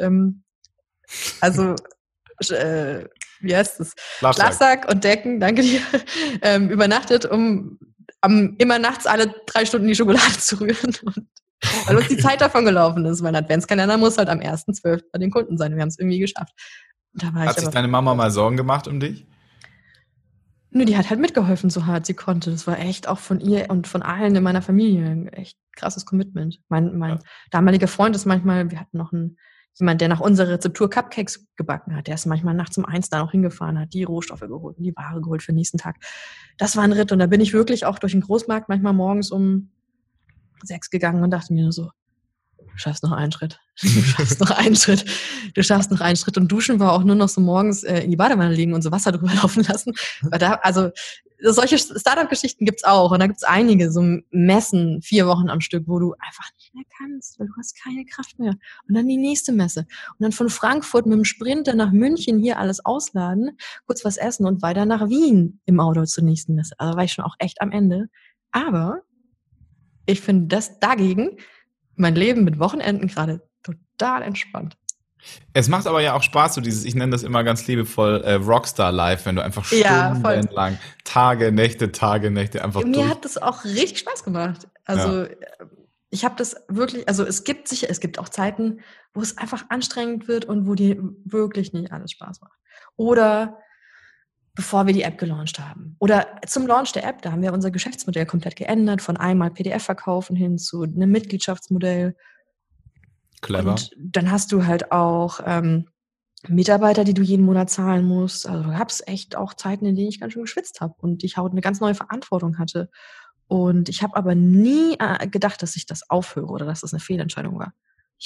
wie heißt es? Schlafsack und Decken, danke dir, übernachtet, um immer nachts alle 3 Stunden die Schokolade zu rühren. Und weil uns die Zeit davon gelaufen ist. Mein Adventskalender muss halt am 1.12. bei den Kunden sein. Wir haben es irgendwie geschafft. Hat sich deine Mama mal Sorgen gemacht um dich? Nö, die hat halt mitgeholfen, so hart sie konnte. Das war echt auch von ihr und von allen in meiner Familie ein echt krasses Commitment. Mein damaliger Freund ist manchmal, wir hatten noch jemand, der nach unserer Rezeptur Cupcakes gebacken hat. Der ist manchmal nachts um 1 da noch hingefahren, hat die Rohstoffe geholt und die Ware geholt für den nächsten Tag. Das war ein Ritt und da bin ich wirklich auch durch den Großmarkt manchmal morgens um 6 gegangen und dachte mir nur so, du schaffst noch einen Schritt. Du schaffst noch einen Schritt. Du schaffst noch einen Schritt. Und duschen war auch nur noch so morgens in die Badewanne liegen und so Wasser drüber laufen lassen. Also solche Startup-Geschichten gibt's auch. Und da gibt's einige, so Messen, 4 Wochen am Stück, wo du einfach nicht mehr kannst, weil du hast keine Kraft mehr. Und dann die nächste Messe. Und dann von Frankfurt mit dem Sprinter nach München hier alles ausladen, kurz was essen und weiter nach Wien im Auto zur nächsten Messe. Also war ich schon auch echt am Ende. Aber ich finde das dagegen mein Leben mit Wochenenden gerade total entspannt. Es macht aber ja auch Spaß, so dieses, ich nenne das immer ganz liebevoll, Rockstar-Life, wenn du einfach stundenlang, Tage, Nächte einfach Mir hat das auch richtig Spaß gemacht. Also ich habe das wirklich, also es gibt auch Zeiten, wo es einfach anstrengend wird und wo dir wirklich nicht alles Spaß macht. Oder bevor wir die App gelauncht haben. Oder zum Launch der App, da haben wir unser Geschäftsmodell komplett geändert, von einmal PDF verkaufen hin zu einem Mitgliedschaftsmodell. Clever. Und dann hast du halt auch Mitarbeiter, die du jeden Monat zahlen musst. Also gab es echt auch Zeiten, in denen ich ganz schön geschwitzt habe und ich eine ganz neue Verantwortung hatte. Und ich habe aber nie gedacht, dass ich das aufhöre oder dass das eine Fehlentscheidung war.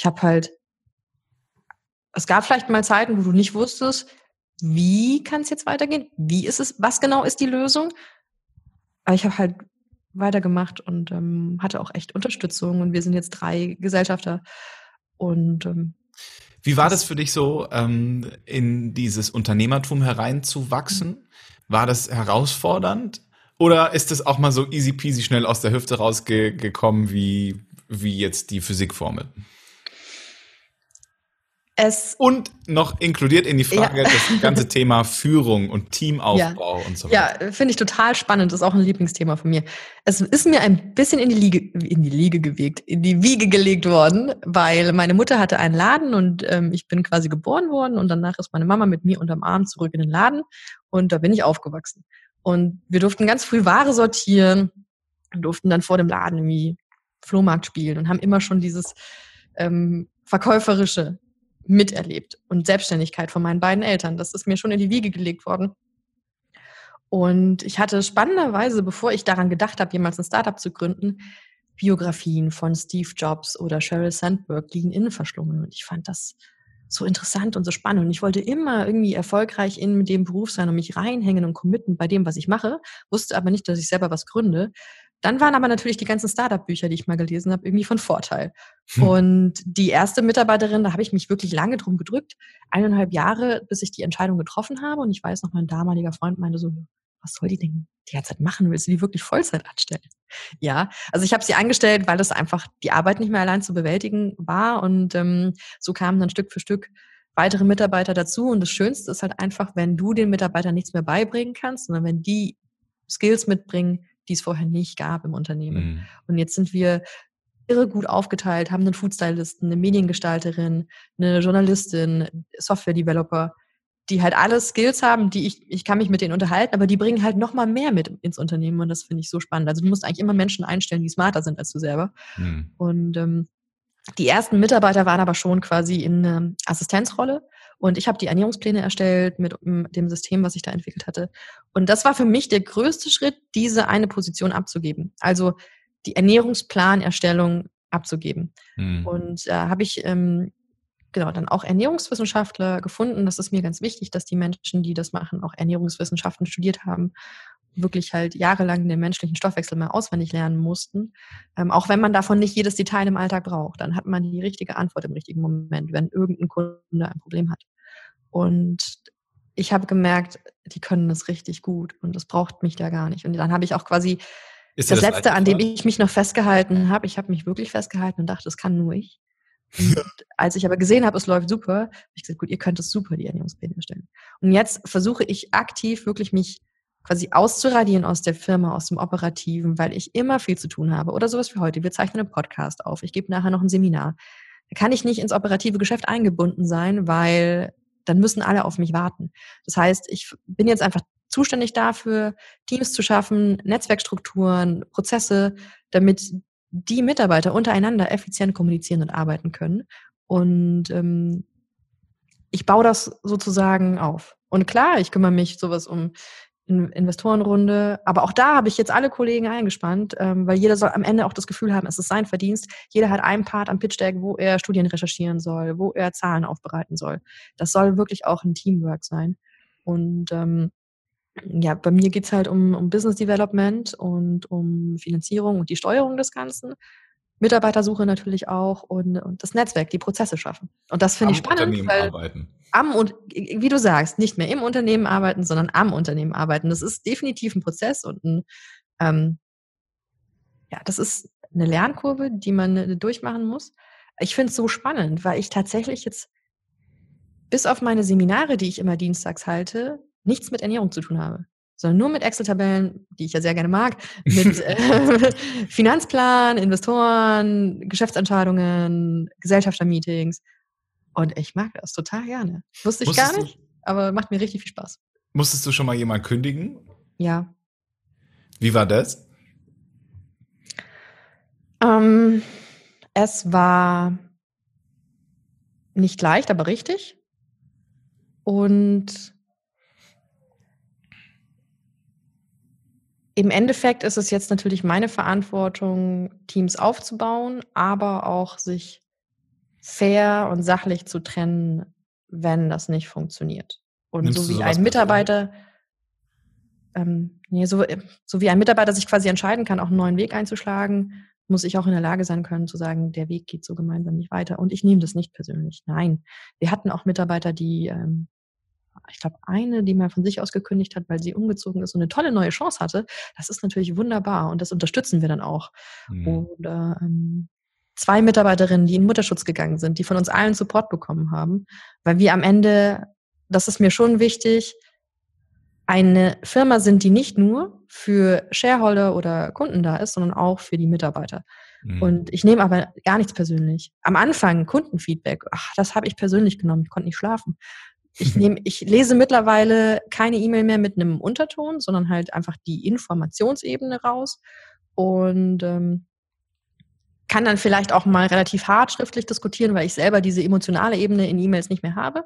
Es gab vielleicht mal Zeiten, wo du nicht wusstest, wie kann es jetzt weitergehen? Wie ist es? Was genau ist die Lösung? Aber ich habe halt weitergemacht und hatte auch echt Unterstützung und wir sind jetzt 3 Gesellschafter. Und wie war das für dich so, in dieses Unternehmertum hereinzuwachsen? War das herausfordernd? Oder ist es auch mal so easy peasy schnell aus der Hüfte rausgekommen wie jetzt die Physikformel? Und noch inkludiert in die Frage das ganze Thema Führung und Teamaufbau und so weiter. Ja, finde ich total spannend. Das ist auch ein Lieblingsthema von mir. Es ist mir ein bisschen in die Wiege gelegt worden, weil meine Mutter hatte einen Laden und ich bin quasi geboren worden und danach ist meine Mama mit mir unterm Arm zurück in den Laden und da bin ich aufgewachsen. Und wir durften ganz früh Ware sortieren und durften dann vor dem Laden irgendwie Flohmarkt spielen und haben immer schon dieses Verkäuferische miterlebt und Selbstständigkeit von meinen beiden Eltern. Das ist mir schon in die Wiege gelegt worden. Und ich hatte spannenderweise, bevor ich daran gedacht habe, jemals ein Startup zu gründen, Biografien von Steve Jobs oder Sheryl Sandberg liegen innen verschlungen. Und ich fand das so interessant und so spannend. Und ich wollte immer irgendwie erfolgreich in dem Beruf sein und mich reinhängen und committen bei dem, was ich mache, wusste aber nicht, dass ich selber was gründe. Dann waren aber natürlich die ganzen Startup-Bücher, die ich mal gelesen habe, irgendwie von Vorteil. Und die erste Mitarbeiterin, da habe ich mich wirklich lange drum gedrückt, 1,5 Jahre, bis ich die Entscheidung getroffen habe. Und ich weiß noch, mein damaliger Freund meinte so, was soll die denn die ganze Zeit machen? Willst du die wirklich Vollzeit anstellen? Ja, also ich habe sie angestellt, weil es einfach die Arbeit nicht mehr allein zu bewältigen war. Und so kamen dann Stück für Stück weitere Mitarbeiter dazu. Und das Schönste ist halt einfach, wenn du den Mitarbeitern nichts mehr beibringen kannst, sondern wenn die Skills mitbringen, die es vorher nicht gab im Unternehmen. Mhm. Und jetzt sind wir irre gut aufgeteilt, haben einen Foodstylisten, eine Mediengestalterin, eine Journalistin, Software-Developer, die halt alle Skills haben, die ich kann mich mit denen unterhalten, aber die bringen halt noch mal mehr mit ins Unternehmen und das finde ich so spannend. Also du musst eigentlich immer Menschen einstellen, die smarter sind als du selber. Mhm. Und die ersten Mitarbeiter waren aber schon quasi in Assistenzrolle und ich habe die Ernährungspläne erstellt mit dem System, was ich da entwickelt hatte. Und das war für mich der größte Schritt, diese eine Position abzugeben. Also die Ernährungsplanerstellung abzugeben. Mhm. Und da habe ich dann auch Ernährungswissenschaftler gefunden. Das ist mir ganz wichtig, dass die Menschen, die das machen, auch Ernährungswissenschaften studiert haben, wirklich halt jahrelang den menschlichen Stoffwechsel mal auswendig lernen mussten. Auch wenn man davon nicht jedes Detail im Alltag braucht, dann hat man die richtige Antwort im richtigen Moment, wenn irgendein Kunde ein Problem hat. Und ich habe gemerkt, die können das richtig gut und das braucht mich da gar nicht. Und dann habe ich auch quasi das Letzte, an dem ich mich noch festgehalten habe, ich habe mich wirklich festgehalten und dachte, das kann nur ich. Und als ich aber gesehen habe, es läuft super, habe ich gesagt, gut, ihr könnt es super, die Ernährungspläne erstellen. Und jetzt versuche ich aktiv wirklich mich quasi auszuradieren aus der Firma, aus dem Operativen, weil ich immer viel zu tun habe. Oder sowas wie heute. Wir zeichnen einen Podcast auf. Ich gebe nachher noch ein Seminar. Da kann ich nicht ins operative Geschäft eingebunden sein, weil dann müssen alle auf mich warten. Das heißt, ich bin jetzt einfach zuständig dafür, Teams zu schaffen, Netzwerkstrukturen, Prozesse, damit die Mitarbeiter untereinander effizient kommunizieren und arbeiten können. Und ich baue das sozusagen auf. Und klar, ich kümmere mich sowas um Investorenrunde, aber auch da habe ich jetzt alle Kollegen eingespannt, weil jeder soll am Ende auch das Gefühl haben, es ist sein Verdienst. Jeder hat einen Part am Pitch Deck, wo er Studien recherchieren soll, wo er Zahlen aufbereiten soll. Das soll wirklich auch ein Teamwork sein. Und ja, bei mir geht's halt um Business Development und um Finanzierung und die Steuerung des Ganzen. Mitarbeitersuche natürlich auch und das Netzwerk, die Prozesse schaffen. Und das finde ich spannend, Unternehmen weil arbeiten. und wie du sagst, nicht mehr im Unternehmen arbeiten, sondern am Unternehmen arbeiten. Das ist definitiv ein Prozess und das ist eine Lernkurve, die man durchmachen muss. Ich finde es so spannend, weil ich tatsächlich jetzt bis auf meine Seminare, die ich immer dienstags halte, nichts mit Ernährung zu tun habe, sondern nur mit Excel-Tabellen, die ich ja sehr gerne mag, mit Finanzplan, Investoren, Geschäftsentscheidungen, Gesellschaftermeetings. Und ich mag das total gerne. Wusste ich gar nicht, aber macht mir richtig viel Spaß. Musstest du schon mal jemanden kündigen? Ja. Wie war das? Es war nicht leicht, aber richtig. Und im Endeffekt ist es jetzt natürlich meine Verantwortung, Teams aufzubauen, aber auch sich fair und sachlich zu trennen, wenn das nicht funktioniert. Und Nimmst so du wie sowas ein Mitarbeiter, so wie ein Mitarbeiter sich quasi entscheiden kann, auch einen neuen Weg einzuschlagen, muss ich auch in der Lage sein können, zu sagen, der Weg geht so gemeinsam nicht weiter. Und ich nehme das nicht persönlich. Nein. Wir hatten auch Mitarbeiter, die, ich glaube, eine, die mal von sich aus gekündigt hat, weil sie umgezogen ist und eine tolle neue Chance hatte. Das ist natürlich wunderbar und das unterstützen wir dann auch. Oder 2 Mitarbeiterinnen, die in Mutterschutz gegangen sind, die von uns allen Support bekommen haben, weil wir am Ende, das ist mir schon wichtig, eine Firma sind, die nicht nur für Shareholder oder Kunden da ist, sondern auch für die Mitarbeiter. Und ich nehme aber gar nichts persönlich. Am Anfang Kundenfeedback, das habe ich persönlich genommen, ich konnte nicht schlafen. Ich lese mittlerweile keine E-Mail mehr mit einem Unterton, sondern halt einfach die Informationsebene raus und kann dann vielleicht auch mal relativ hart schriftlich diskutieren, weil ich selber diese emotionale Ebene in E-Mails nicht mehr habe.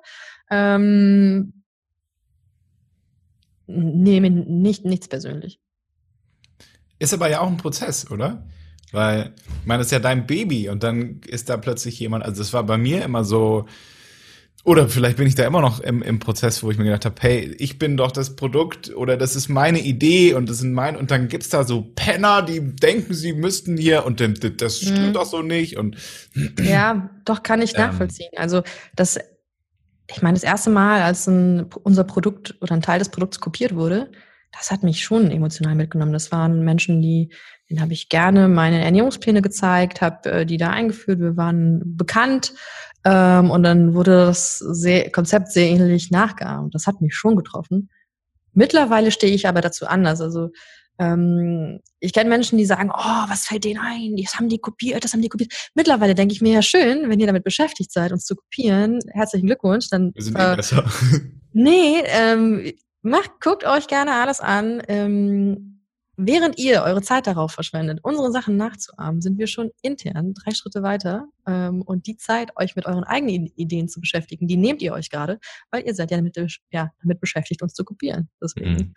Nehme nichts persönlich. Ist aber ja auch ein Prozess, oder? Weil, ich meine, das ist ja dein Baby und dann ist da plötzlich jemand, also das war bei mir immer so, oder vielleicht bin ich da immer noch im Prozess, wo ich mir gedacht habe, hey, ich bin doch das Produkt oder das ist meine Idee und das sind und dann gibt's da so Penner, die denken, sie müssten hier und das stimmt doch so nicht und ja, doch kann ich nachvollziehen. Also ich meine, das erste Mal, als unser Produkt oder ein Teil des Produkts kopiert wurde, das hat mich schon emotional mitgenommen. Das waren Menschen, denen habe ich gerne meine Ernährungspläne gezeigt, habe die da eingeführt. Wir waren bekannt und dann wurde das Konzept sehr ähnlich nachgeahmt. Das hat mich schon getroffen. Mittlerweile stehe ich aber dazu anders. Also ich kenne Menschen, die sagen, oh, was fällt denen ein? Das haben die kopiert. Mittlerweile denke ich mir, ja schön, wenn ihr damit beschäftigt seid, uns zu kopieren. Herzlichen Glückwunsch. Dann, Wir sind besser. Nee, guckt euch gerne alles an. Während ihr eure Zeit darauf verschwendet, unsere Sachen nachzuahmen, sind wir schon intern 3 Schritte weiter. Und die Zeit, euch mit euren eigenen Ideen zu beschäftigen, die nehmt ihr euch gerade, weil ihr seid ja damit beschäftigt, uns zu kopieren. Deswegen.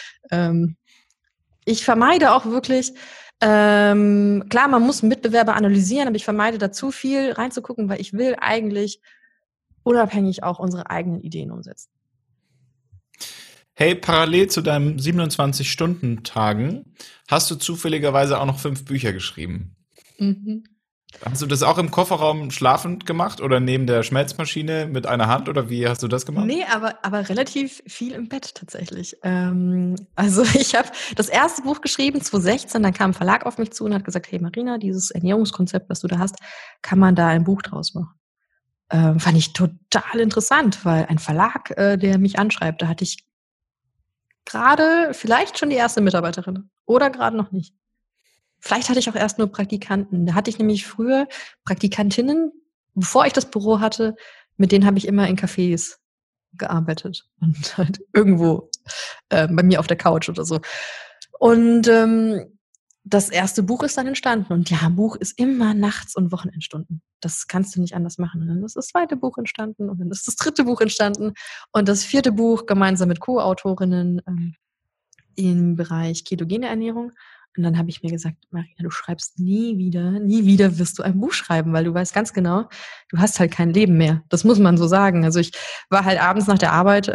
Ich vermeide auch wirklich, klar, man muss Mitbewerber analysieren, aber ich vermeide da zu viel reinzugucken, weil ich will eigentlich unabhängig auch unsere eigenen Ideen umsetzen. Hey, parallel zu deinen 27-Stunden-Tagen hast du zufälligerweise auch noch 5 Bücher geschrieben. Mhm. Hast du das auch im Kofferraum schlafend gemacht oder neben der Schmelzmaschine mit einer Hand oder wie hast du das gemacht? Nee, aber relativ viel im Bett tatsächlich. Also ich habe das erste Buch geschrieben, 2016, dann kam ein Verlag auf mich zu und hat gesagt, hey Marina, dieses Ernährungskonzept, was du da hast, kann man da ein Buch draus machen? Fand ich total interessant, weil ein Verlag, der mich anschreibt, da hatte ich gerade vielleicht schon die erste Mitarbeiterin oder gerade noch nicht. Vielleicht hatte ich auch erst nur Praktikanten. Da hatte ich nämlich früher Praktikantinnen, bevor ich das Büro hatte, mit denen habe ich immer in Cafés gearbeitet und halt irgendwo bei mir auf der Couch oder so. Und das erste Buch ist dann entstanden und ja, ein Buch ist immer Nachts- und Wochenendstunden. Das kannst du nicht anders machen. Und dann ist das zweite Buch entstanden und dann ist das dritte Buch entstanden und das vierte Buch gemeinsam mit Co-Autorinnen im Bereich ketogene Ernährung. Und dann habe ich mir gesagt, Marina, du schreibst nie wieder wirst du ein Buch schreiben, weil du weißt ganz genau, du hast halt kein Leben mehr. Das muss man so sagen. Also ich war halt abends nach der Arbeit,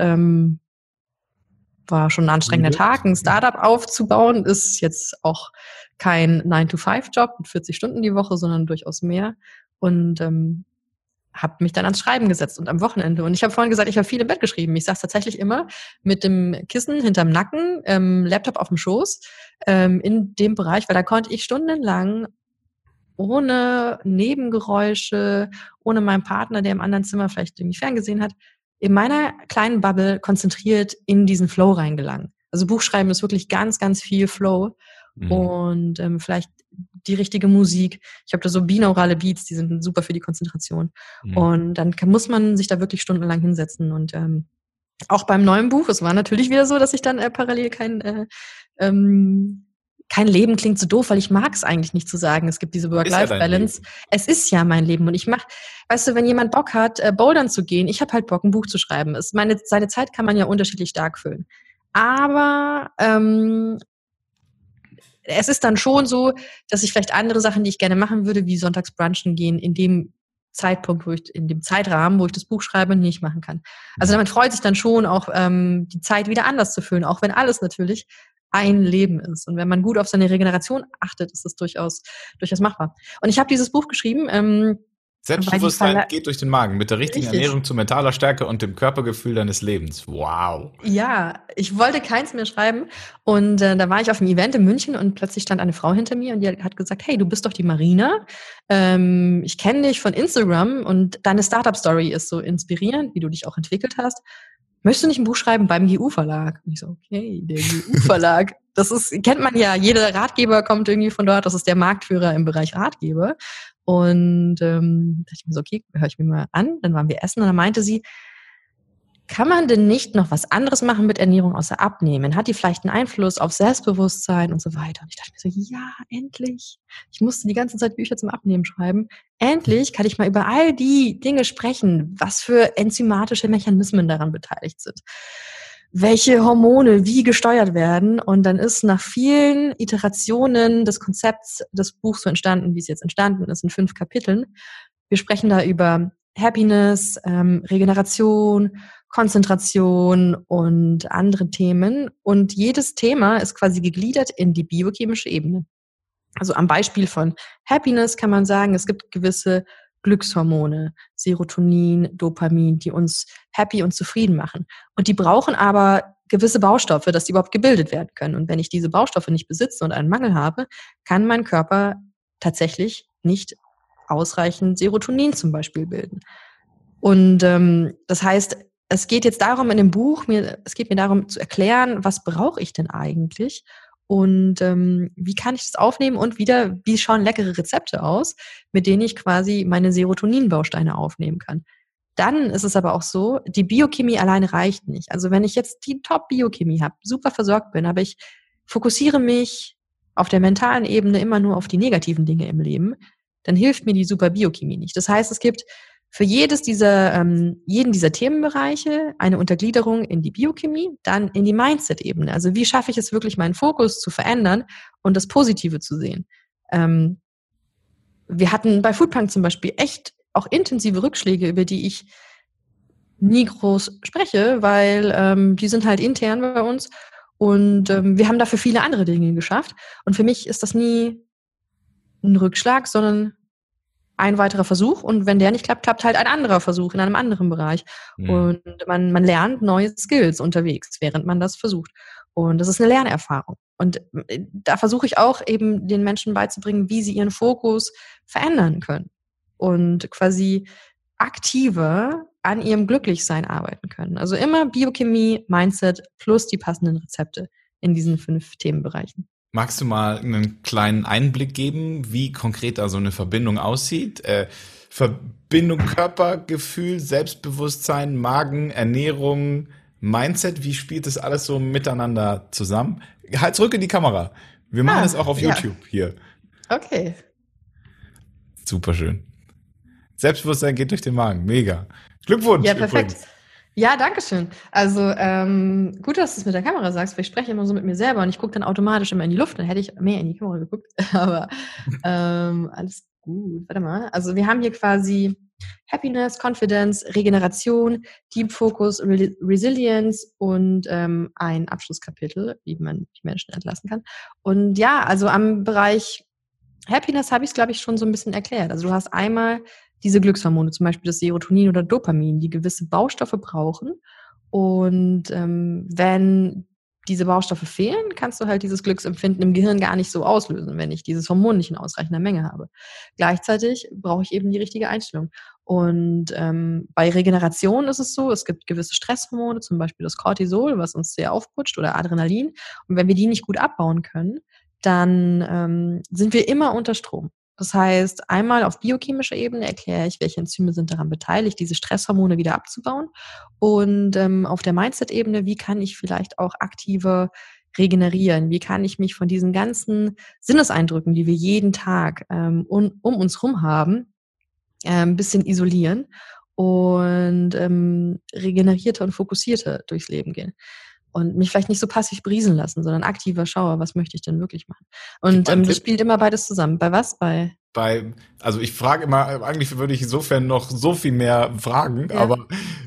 war schon ein anstrengender Tag. Ein Startup aufzubauen ist jetzt auch kein 9-to-5-Job mit 40 Stunden die Woche, sondern durchaus mehr. Und habe mich dann ans Schreiben gesetzt und am Wochenende. Und ich habe vorhin gesagt, ich habe viel im Bett geschrieben. Ich saß tatsächlich immer mit dem Kissen hinterm Nacken, Laptop auf dem Schoß, in dem Bereich, weil da konnte ich stundenlang ohne Nebengeräusche, ohne meinen Partner, der im anderen Zimmer vielleicht irgendwie ferngesehen hat, in meiner kleinen Bubble konzentriert in diesen Flow reingelangen. Also Buchschreiben ist wirklich ganz, ganz viel Flow und vielleicht die richtige Musik. Ich habe da so binaurale Beats, die sind super für die Konzentration. Und dann muss man sich da wirklich stundenlang hinsetzen. Und auch beim neuen Buch, es war natürlich wieder so, dass ich dann parallel kein Leben klingt so doof, weil ich mag es eigentlich nicht zu sagen, es gibt diese Work-Life-Balance. Es ist ja mein Leben und ich weißt du, wenn jemand Bock hat, bouldern zu gehen, ich habe halt Bock, ein Buch zu schreiben. Seine Zeit kann man ja unterschiedlich stark füllen. Aber es ist dann schon so, dass ich vielleicht andere Sachen, die ich gerne machen würde, wie sonntags brunchen gehen, in dem Zeitrahmen, wo ich das Buch schreibe, nicht machen kann. Also man freut sich dann schon auch, die Zeit wieder anders zu füllen, auch wenn alles natürlich ein Leben ist. Und wenn man gut auf seine Regeneration achtet, ist das durchaus machbar. Und ich habe dieses Buch geschrieben. Selbstbewusstsein geht durch den Magen, mit der richtigen Ernährung zu mentaler Stärke und dem Körpergefühl deines Lebens. Wow. Ja, ich wollte keins mehr schreiben und da war ich auf einem Event in München und plötzlich stand eine Frau hinter mir und die hat gesagt, hey, du bist doch die Marina, ich kenne dich von Instagram und deine Startup-Story ist so inspirierend, wie du dich auch entwickelt hast. Möchtest du nicht ein Buch schreiben beim GU-Verlag? Und ich so, okay, der GU-Verlag. Kennt man ja, jeder Ratgeber kommt irgendwie von dort, das ist der Marktführer im Bereich Ratgeber. Und dachte ich mir so, okay, höre ich mir mal an. Dann waren wir essen und dann meinte sie, kann man denn nicht noch was anderes machen mit Ernährung außer abnehmen? Hat die vielleicht einen Einfluss auf Selbstbewusstsein und so weiter? Und ich dachte mir so, ja, endlich. Ich musste die ganze Zeit Bücher zum Abnehmen schreiben. Endlich kann ich mal über all die Dinge sprechen, was für enzymatische Mechanismen daran beteiligt sind. Welche Hormone wie gesteuert werden. Und dann ist nach vielen Iterationen des Konzepts des Buchs so entstanden, wie es jetzt entstanden ist, in 5 Kapiteln. Wir sprechen da über Happiness, Regeneration, Konzentration und andere Themen. Und jedes Thema ist quasi gegliedert in die biochemische Ebene. Also am Beispiel von Happiness kann man sagen, es gibt gewisse Glückshormone, Serotonin, Dopamin, die uns happy und zufrieden machen. Und die brauchen aber gewisse Baustoffe, dass die überhaupt gebildet werden können. Und wenn ich diese Baustoffe nicht besitze und einen Mangel habe, kann mein Körper tatsächlich nicht ausreichend Serotonin zum Beispiel bilden. Und das heißt, es geht jetzt darum in dem Buch, es geht mir darum zu erklären, was brauche ich denn eigentlich und wie kann ich das aufnehmen und wie schauen leckere Rezepte aus, mit denen ich quasi meine Serotonin-Bausteine aufnehmen kann. Dann ist es aber auch so, die Biochemie alleine reicht nicht. Also wenn ich jetzt die Top-Biochemie habe, super versorgt bin, aber ich fokussiere mich auf der mentalen Ebene immer nur auf die negativen Dinge im Leben, dann hilft mir die super Biochemie nicht. Das heißt, es gibt für jeden dieser Themenbereiche eine Untergliederung in die Biochemie, dann in die Mindset-Ebene. Also wie schaffe ich es wirklich, meinen Fokus zu verändern und das Positive zu sehen? Wir hatten bei Foodpunk zum Beispiel echt auch intensive Rückschläge, über die ich nie groß spreche, weil die sind halt intern bei uns und wir haben dafür viele andere Dinge geschafft. Und für mich ist das nie ein Rückschlag, sondern ein weiterer Versuch und wenn der nicht klappt, klappt halt ein anderer Versuch in einem anderen Bereich. Und man lernt neue Skills unterwegs, während man das versucht. Und das ist eine Lernerfahrung. Und da versuche ich auch eben den Menschen beizubringen, wie sie ihren Fokus verändern können und quasi aktiver an ihrem Glücklichsein arbeiten können. Also immer Biochemie, Mindset plus die passenden Rezepte in diesen 5 Themenbereichen. Magst du mal einen kleinen Einblick geben, wie konkret da so eine Verbindung aussieht? Verbindung Körper, Gefühl, Selbstbewusstsein, Magen, Ernährung, Mindset, wie spielt das alles so miteinander zusammen? Halt zurück in die Kamera. Wir machen es auch auf YouTube hier. Okay. Superschön. Selbstbewusstsein geht durch den Magen. Mega. Glückwunsch. Ja, perfekt. Übrigens. Ja, danke schön. Also gut, dass du es mit der Kamera sagst, weil ich spreche immer so mit mir selber und ich gucke dann automatisch immer in die Luft. Dann hätte ich mehr in die Kamera geguckt. Aber alles gut. Warte mal. Also wir haben hier quasi Happiness, Confidence, Regeneration, Deep Focus, Resilience und ein Abschlusskapitel, wie man die Menschen entlassen kann. Und ja, also am Bereich Happiness habe ich es, glaube ich, schon so ein bisschen erklärt. Also du hast einmal diese Glückshormone, zum Beispiel das Serotonin oder Dopamin, die gewisse Baustoffe brauchen. Und wenn diese Baustoffe fehlen, kannst du halt dieses Glücksempfinden im Gehirn gar nicht so auslösen, wenn ich dieses Hormon nicht in ausreichender Menge habe. Gleichzeitig brauche ich eben die richtige Einstellung. Und bei Regeneration ist es so, es gibt gewisse Stresshormone, zum Beispiel das Cortisol, was uns sehr aufputscht, oder Adrenalin. Und wenn wir die nicht gut abbauen können, dann sind wir immer unter Strom. Das heißt, einmal auf biochemischer Ebene erkläre ich, welche Enzyme sind daran beteiligt, diese Stresshormone wieder abzubauen. Und auf der Mindset-Ebene, wie kann ich vielleicht auch aktiver regenerieren? Wie kann ich mich von diesen ganzen Sinneseindrücken, die wir jeden Tag um uns rum haben, ein bisschen isolieren und regenerierter und fokussierter durchs Leben gehen? Und mich vielleicht nicht so passiv berieseln lassen, sondern aktiver schaue, was möchte ich denn wirklich machen. Und das spielt immer beides zusammen. Bei was? Also ich frage immer, eigentlich würde ich insofern noch so viel mehr fragen, ja. Aber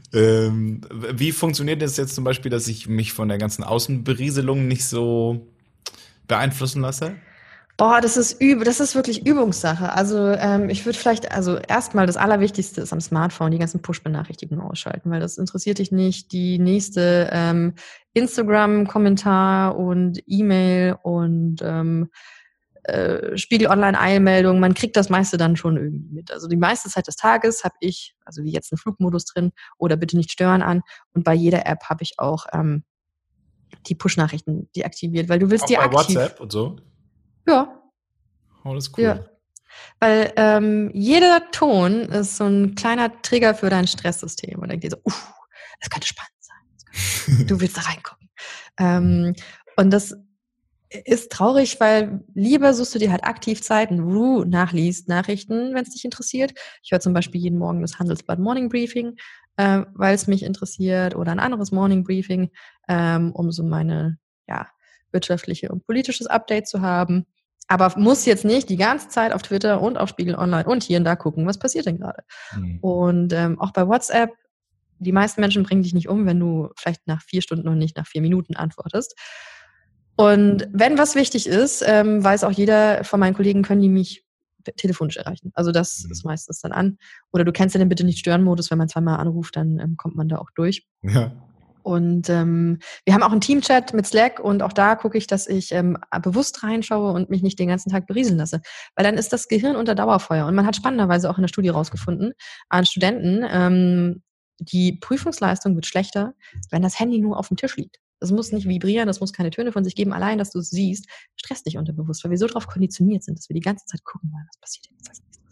wie funktioniert das jetzt zum Beispiel, dass ich mich von der ganzen Außenberieselung nicht so beeinflussen lasse? Boah, das ist wirklich Übungssache. Also ich würde erstmal das Allerwichtigste ist am Smartphone die ganzen Push-Benachrichtigungen ausschalten, weil das interessiert dich nicht. Die nächste Instagram-Kommentar und E-Mail und Spiegel Online-Eilmeldung, man kriegt das meiste dann schon irgendwie mit. Also die meiste Zeit des Tages habe ich, also wie jetzt einen Flugmodus drin oder bitte nicht stören an und bei jeder App habe ich auch die Push-Nachrichten deaktiviert, weil du willst auch die bei aktiv. WhatsApp und so? Ja. Oh, das ist cool. Ja. Weil jeder Ton ist so ein kleiner Trigger für dein Stresssystem und denkt dir so, das könnte spannend sein. Du willst da reingucken. Und das ist traurig, weil lieber suchst du dir halt aktiv Zeiten, wo du nachliest Nachrichten, wenn es dich interessiert. Ich höre zum Beispiel jeden Morgen das Handelsblatt Morning Briefing, weil es mich interessiert, oder ein anderes Morning Briefing, um so meine wirtschaftliche und politisches Update zu haben. Aber muss jetzt nicht die ganze Zeit auf Twitter und auf Spiegel Online und hier und da gucken, was passiert denn gerade. Und auch bei WhatsApp, die meisten Menschen bringen dich nicht um, wenn du vielleicht nach 4 Stunden und nicht nach 4 Minuten antwortest. Und wenn was wichtig ist, weiß auch jeder von meinen Kollegen, können die mich telefonisch erreichen. Also das ist meistens dann an. Oder du kennst ja den Bitte-nicht-stören-Modus, wenn man zweimal anruft, dann kommt man da auch durch. Ja. Und wir haben auch einen Teamchat mit Slack und auch da gucke ich, dass ich bewusst reinschaue und mich nicht den ganzen Tag berieseln lasse. Weil dann ist das Gehirn unter Dauerfeuer. Und man hat spannenderweise auch in der Studie rausgefunden, an Studenten, die Prüfungsleistung wird schlechter, wenn das Handy nur auf dem Tisch liegt. Das muss nicht vibrieren, das muss keine Töne von sich geben. Allein, dass du es siehst, stresst dich unterbewusst, weil wir so darauf konditioniert sind, dass wir die ganze Zeit gucken wollen, was passiert jetzt als nächstes.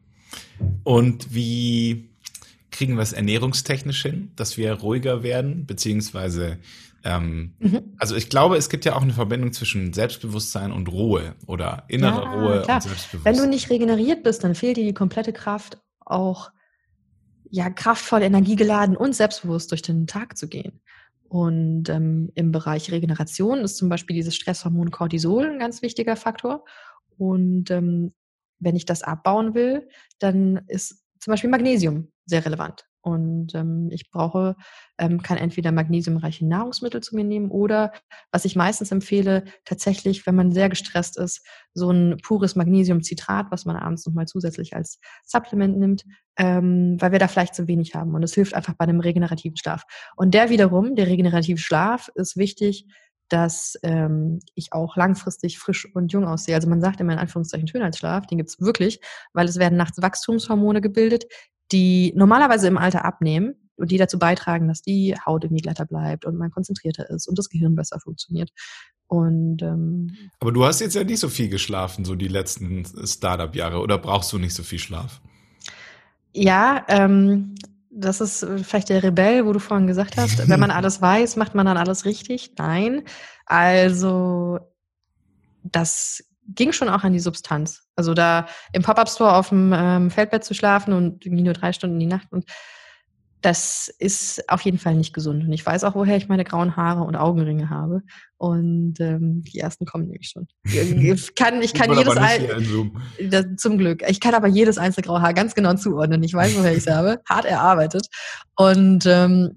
Und wie kriegen wir es ernährungstechnisch hin, dass wir ruhiger werden, beziehungsweise, also ich glaube, es gibt ja auch eine Verbindung zwischen Selbstbewusstsein und Ruhe oder innerer Ruhe klar. und Selbstbewusstsein. Wenn du nicht regeneriert bist, dann fehlt dir die komplette Kraft, auch kraftvoll, energiegeladen und selbstbewusst durch den Tag zu gehen. Und im Bereich Regeneration ist zum Beispiel dieses Stresshormon Cortisol ein ganz wichtiger Faktor. Und wenn ich das abbauen will, dann ist zum Beispiel Magnesium sehr relevant. Und ich kann entweder magnesiumreiche Nahrungsmittel zu mir nehmen oder, was ich meistens empfehle, tatsächlich, wenn man sehr gestresst ist, so ein pures Magnesiumcitrat, was man abends nochmal zusätzlich als Supplement nimmt, weil wir da vielleicht zu wenig haben. Und es hilft einfach bei einem regenerativen Schlaf. Und der regenerative Schlaf ist wichtig, dass ich auch langfristig frisch und jung aussehe. Also man sagt immer in Anführungszeichen Schönheitsschlaf, den gibt's wirklich, weil es werden nachts Wachstumshormone gebildet, die normalerweise im Alter abnehmen und die dazu beitragen, dass die Haut irgendwie glatter bleibt und man konzentrierter ist und das Gehirn besser funktioniert. Und aber du hast jetzt ja nicht so viel geschlafen, so die letzten Startup-Jahre, oder brauchst du nicht so viel Schlaf? Ja, das ist vielleicht der Rebell, wo du vorhin gesagt hast, wenn man alles weiß, macht man dann alles richtig? Nein. Also das ging schon auch an die Substanz. Also da im Pop-Up-Store auf dem Feldbett zu schlafen und irgendwie nur 3 Stunden die Nacht, und das ist auf jeden Fall nicht gesund. Und ich weiß auch, woher ich meine grauen Haare und Augenringe habe. Und die ersten kommen nämlich schon. Ich kann jedes zum Glück. Ich kann aber jedes einzelne graue Haar ganz genau zuordnen. Ich weiß, woher ich es habe. Hart erarbeitet. Und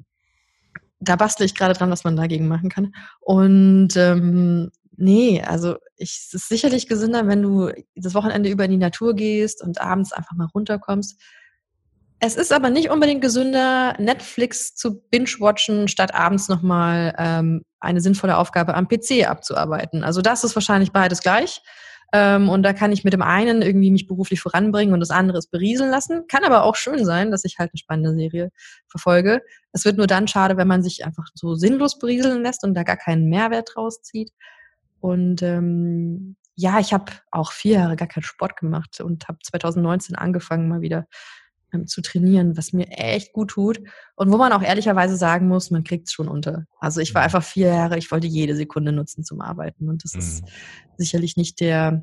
da bastle ich gerade dran, was man dagegen machen kann. Und nee, also es ist sicherlich gesünder, wenn du das Wochenende über in die Natur gehst und abends einfach mal runterkommst. Es ist aber nicht unbedingt gesünder, Netflix zu binge-watchen, statt abends nochmal eine sinnvolle Aufgabe am PC abzuarbeiten. Also das ist wahrscheinlich beides gleich. Und da kann ich mit dem einen irgendwie mich beruflich voranbringen und das andere ist berieseln lassen. Kann aber auch schön sein, dass ich halt eine spannende Serie verfolge. Es wird nur dann schade, wenn man sich einfach so sinnlos berieseln lässt und da gar keinen Mehrwert draus zieht. Und ich habe auch 4 Jahre gar keinen Sport gemacht und habe 2019 angefangen, mal wieder zu trainieren, was mir echt gut tut. Und wo man auch ehrlicherweise sagen muss, man kriegt es schon unter. Also ich war einfach 4 Jahre, ich wollte jede Sekunde nutzen zum Arbeiten. Und das ist sicherlich nicht der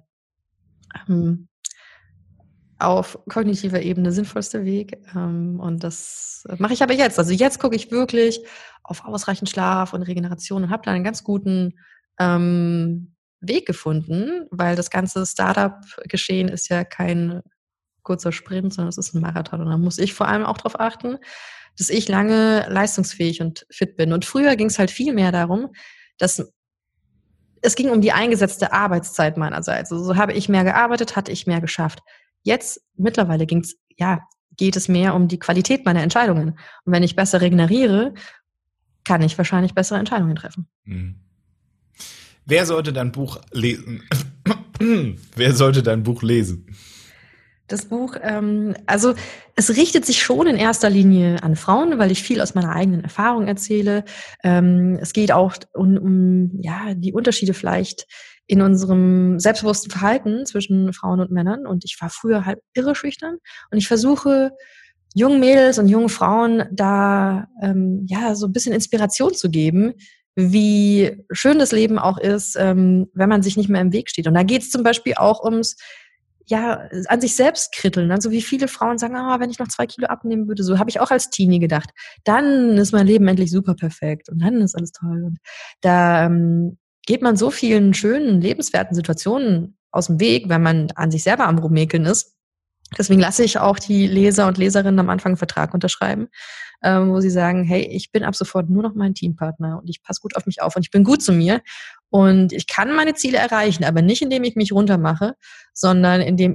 auf kognitiver Ebene sinnvollste Weg. Und das mache ich aber jetzt. Also jetzt gucke ich wirklich auf ausreichend Schlaf und Regeneration und habe da einen ganz guten Weg gefunden, weil das ganze Startup-Geschehen ist ja kein kurzer Sprint, sondern es ist ein Marathon. Und da muss ich vor allem auch darauf achten, dass ich lange leistungsfähig und fit bin. Und früher ging es halt viel mehr darum, dass es ging um die eingesetzte Arbeitszeit meinerseits. Also so habe ich mehr gearbeitet, hatte ich mehr geschafft. Jetzt mittlerweile geht es mehr um die Qualität meiner Entscheidungen. Und wenn ich besser regeneriere, kann ich wahrscheinlich bessere Entscheidungen treffen. Wer sollte dein Buch lesen? Wer sollte dein Buch lesen? Das Buch, also es richtet sich schon in erster Linie an Frauen, weil ich viel aus meiner eigenen Erfahrung erzähle. Es geht auch um die Unterschiede vielleicht in unserem selbstbewussten Verhalten zwischen Frauen und Männern. Und ich war früher halt irre schüchtern. Und ich versuche, jungen Mädels und jungen Frauen da so ein bisschen Inspiration zu geben, wie schön das Leben auch ist, wenn man sich nicht mehr im Weg steht. Und da geht es zum Beispiel auch ums an sich selbst kritteln. Also wie viele Frauen sagen, wenn ich noch 2 Kilo abnehmen würde, so habe ich auch als Teenie gedacht. Dann ist mein Leben endlich super perfekt und dann ist alles toll. Und da geht man so vielen schönen, lebenswerten Situationen aus dem Weg, wenn man an sich selber am Rummäkeln ist. Deswegen lasse ich auch die Leser und Leserinnen am Anfang einen Vertrag unterschreiben, wo sie sagen, hey, ich bin ab sofort nur noch mein Teampartner und ich passe gut auf mich auf und ich bin gut zu mir und ich kann meine Ziele erreichen, aber nicht indem ich mich runtermache, sondern indem ich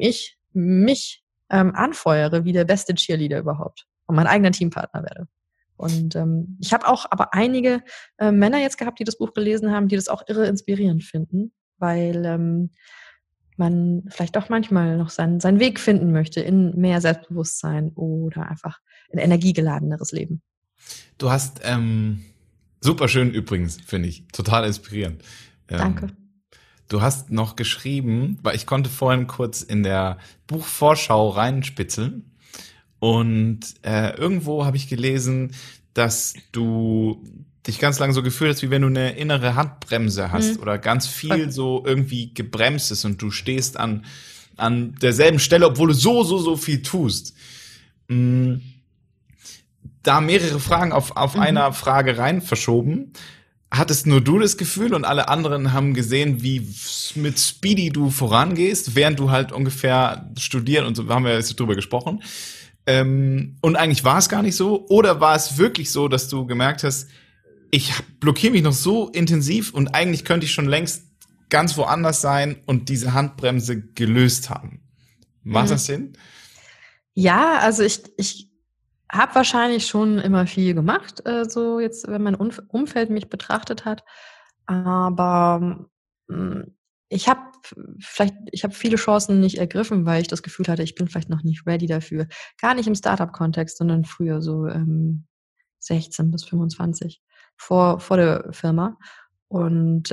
mich anfeuere wie der beste Cheerleader überhaupt und mein eigener Teampartner werde. Und ich habe auch aber einige Männer jetzt gehabt, die das Buch gelesen haben, die das auch irre inspirierend finden, weil man vielleicht auch manchmal noch seinen Weg finden möchte in mehr Selbstbewusstsein oder einfach ein energiegeladeneres Leben. Du hast super schön übrigens, finde ich, total inspirierend. Danke. Du hast noch geschrieben, weil ich konnte vorhin kurz in der Buchvorschau reinspitzeln und irgendwo habe ich gelesen, dass du dich ganz lange so gefühlt hast, wie wenn du eine innere Handbremse hast oder ganz viel so irgendwie gebremst ist und du stehst an derselben Stelle, obwohl du so viel tust. Da mehrere Fragen auf einer Frage rein verschoben. Hattest nur du das Gefühl und alle anderen haben gesehen, wie mit Speedy du vorangehst, während du halt ungefähr studieren und so, haben wir jetzt drüber gesprochen. Und eigentlich war es gar nicht so. Oder war es wirklich so, dass du gemerkt hast, ich blockiere mich noch so intensiv und eigentlich könnte ich schon längst ganz woanders sein und diese Handbremse gelöst haben. Macht das Sinn? Ja, also ich habe wahrscheinlich schon immer viel gemacht, so jetzt, wenn mein Umfeld mich betrachtet hat. Aber ich habe viele Chancen nicht ergriffen, weil ich das Gefühl hatte, ich bin vielleicht noch nicht ready dafür. Gar nicht im Startup-Kontext, sondern früher so 16 bis 25 vor der Firma. Und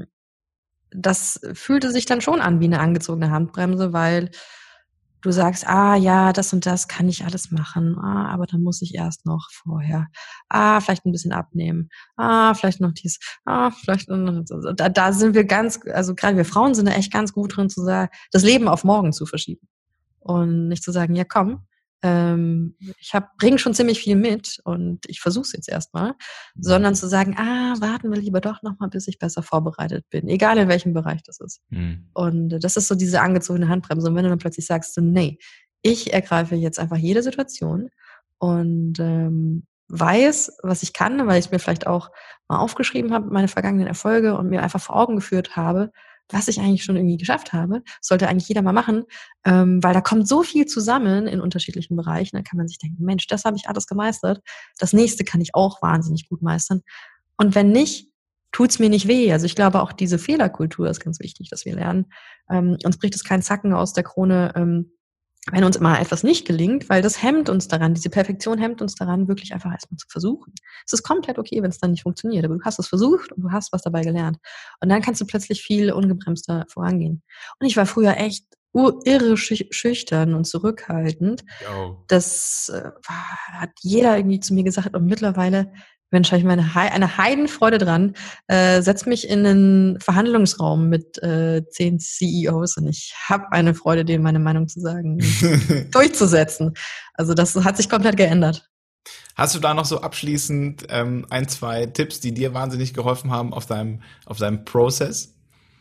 das fühlte sich dann schon an wie eine angezogene Handbremse, weil du sagst, ja, das und das kann ich alles machen, aber dann muss ich erst noch vorher, vielleicht ein bisschen abnehmen, vielleicht noch dies, vielleicht, da sind wir also gerade wir Frauen sind da echt ganz gut drin zu sagen, das Leben auf morgen zu verschieben und nicht zu sagen, ja komm, ich bringe schon ziemlich viel mit und ich versuche es jetzt erstmal, sondern zu sagen, warten wir lieber doch nochmal, bis ich besser vorbereitet bin, egal in welchem Bereich das ist. Und das ist so diese angezogene Handbremse. Und wenn du dann plötzlich sagst, so, nee, ich ergreife jetzt einfach jede Situation und weiß, was ich kann, weil ich es mir vielleicht auch mal aufgeschrieben habe, meine vergangenen Erfolge und mir einfach vor Augen geführt habe, was ich eigentlich schon irgendwie geschafft habe, sollte eigentlich jeder mal machen, weil da kommt so viel zusammen in unterschiedlichen Bereichen, dann kann man sich denken, Mensch, das habe ich alles gemeistert, das nächste kann ich auch wahnsinnig gut meistern. Und wenn nicht, tut's mir nicht weh. Also ich glaube, auch diese Fehlerkultur ist ganz wichtig, dass wir lernen. Uns bricht es kein Zacken aus der Krone, wenn uns immer etwas nicht gelingt, weil das hemmt uns daran, diese Perfektion hemmt uns daran, wirklich einfach erstmal zu versuchen. Es ist komplett okay, wenn es dann nicht funktioniert, aber du hast es versucht und du hast was dabei gelernt. Und dann kannst du plötzlich viel ungebremster vorangehen. Und ich war früher echt irre schüchtern und zurückhaltend. Oh. Das hat jeder irgendwie zu mir gesagt und mittlerweile, Mensch, habe ich eine Heidenfreude dran. Setz mich in einen Verhandlungsraum mit 10 CEOs und ich habe eine Freude, denen meine Meinung zu sagen, durchzusetzen. Also das hat sich komplett geändert. Hast du da noch so abschließend ein, zwei Tipps, die dir wahnsinnig geholfen haben auf deinem Prozess?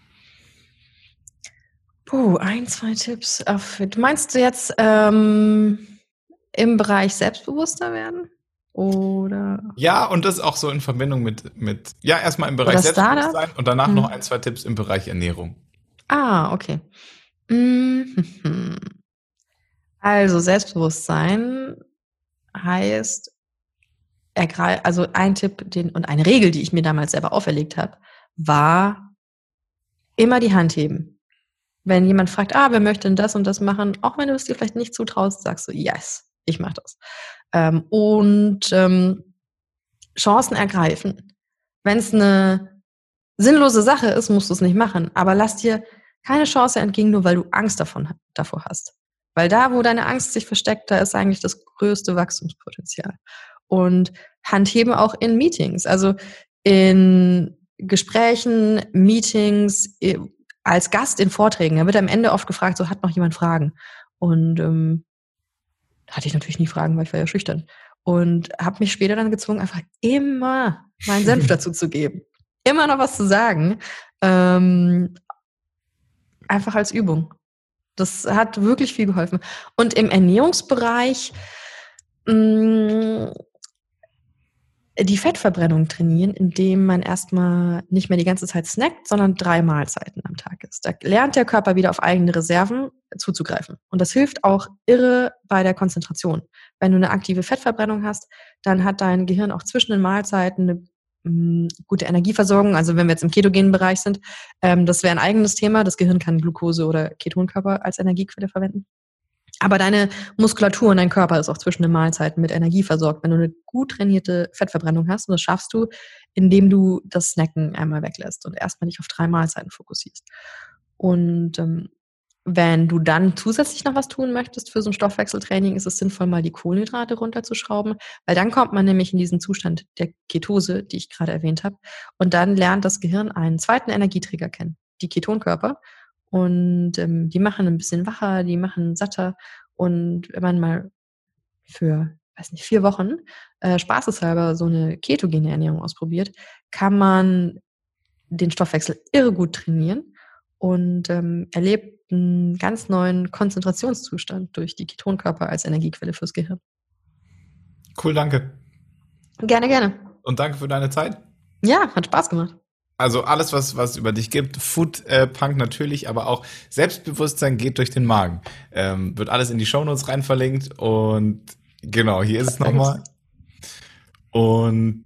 Ein, zwei Tipps. Du meinst jetzt im Bereich selbstbewusster werden? Oder? Ja, und das auch so in Verbindung mit erstmal im Bereich Selbstbewusstsein und danach noch ein, zwei Tipps im Bereich Ernährung. Okay. Also Selbstbewusstsein heißt, also ein Tipp und eine Regel, die ich mir damals selber auferlegt habe, war immer die Hand heben. Wenn jemand fragt, wer möchte denn das und das machen, auch wenn du es dir vielleicht nicht zutraust, sagst du, yes, ich mache das. Chancen ergreifen. Wenn es eine sinnlose Sache ist, musst du es nicht machen. Aber lass dir keine Chance entgegen, nur weil du Angst davor hast. Weil da, wo deine Angst sich versteckt, da ist eigentlich das größte Wachstumspotenzial. Und handheben auch in Meetings, also in Gesprächen, Meetings, als Gast in Vorträgen. Da wird am Ende oft gefragt, so hat noch jemand Fragen? Und hatte ich natürlich nie Fragen, weil ich war ja schüchtern. Und habe mich später dann gezwungen, einfach immer meinen Senf dazu zu geben. Immer noch was zu sagen. Einfach als Übung. Das hat wirklich viel geholfen. Und im Ernährungsbereich die Fettverbrennung trainieren, indem man erstmal nicht mehr die ganze Zeit snackt, sondern 3 Mahlzeiten am Tag isst. Da lernt der Körper wieder auf eigene Reserven zuzugreifen. Und das hilft auch irre bei der Konzentration. Wenn du eine aktive Fettverbrennung hast, dann hat dein Gehirn auch zwischen den Mahlzeiten eine gute Energieversorgung. Also wenn wir jetzt im ketogenen Bereich sind, das wäre ein eigenes Thema. Das Gehirn kann Glucose oder Ketonkörper als Energiequelle verwenden. Aber deine Muskulatur und dein Körper ist auch zwischen den Mahlzeiten mit Energie versorgt, wenn du eine gut trainierte Fettverbrennung hast. Und das schaffst du, indem du das Snacken einmal weglässt und erstmal dich auf 3 Mahlzeiten fokussierst. Und wenn du dann zusätzlich noch was tun möchtest für so ein Stoffwechseltraining, ist es sinnvoll, mal die Kohlenhydrate runterzuschrauben, weil dann kommt man nämlich in diesen Zustand der Ketose, die ich gerade erwähnt habe. Und dann lernt das Gehirn einen zweiten Energieträger kennen, die Ketonkörper. Und die machen ein bisschen wacher, die machen satter. Und wenn man mal für, 4 Wochen spaßeshalber so eine ketogene Ernährung ausprobiert, kann man den Stoffwechsel irre gut trainieren und erlebt einen ganz neuen Konzentrationszustand durch die Ketonkörper als Energiequelle fürs Gehirn. Cool, danke. Gerne, gerne. Und danke für deine Zeit. Ja, hat Spaß gemacht. Also alles, was über dich gibt, Food Punk natürlich, aber auch Selbstbewusstsein geht durch den Magen. Wird alles in die Shownotes rein verlinkt und genau, hier ist es nochmal. Und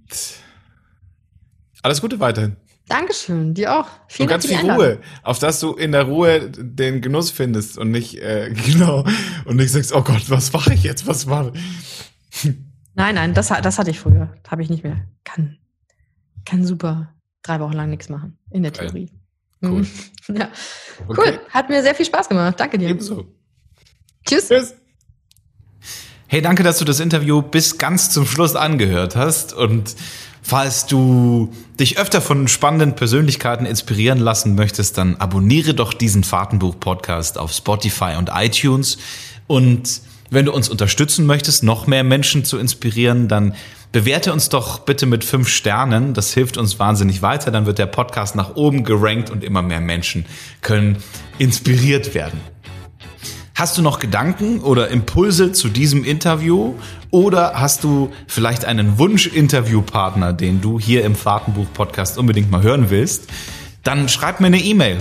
alles Gute weiterhin. Dankeschön, dir auch. Vielen Dank und ganz viel Ruhe, auf dass du in der Ruhe den Genuss findest und nicht, und nicht sagst, oh Gott, was mache ich jetzt, was mache ich? Nein, das hatte ich früher, habe ich nicht mehr. Kann super 3 Wochen lang nichts machen, in der Theorie. Cool. Ja. Okay. Cool, hat mir sehr viel Spaß gemacht, danke dir. Ebenso. Tschüss. Hey, danke, dass du das Interview bis ganz zum Schluss angehört hast. Und falls du dich öfter von spannenden Persönlichkeiten inspirieren lassen möchtest, dann abonniere doch diesen Fahrtenbuch-Podcast auf Spotify und iTunes. Und wenn du uns unterstützen möchtest, noch mehr Menschen zu inspirieren, dann bewerte uns doch bitte mit 5 Sternen. Das hilft uns wahnsinnig weiter. Dann wird der Podcast nach oben gerankt und immer mehr Menschen können inspiriert werden. Hast du noch Gedanken oder Impulse zu diesem Interview? Oder hast du vielleicht einen Wunsch-Interviewpartner, den du hier im Fahrtenbuch-Podcast unbedingt mal hören willst? Dann schreib mir eine E-Mail,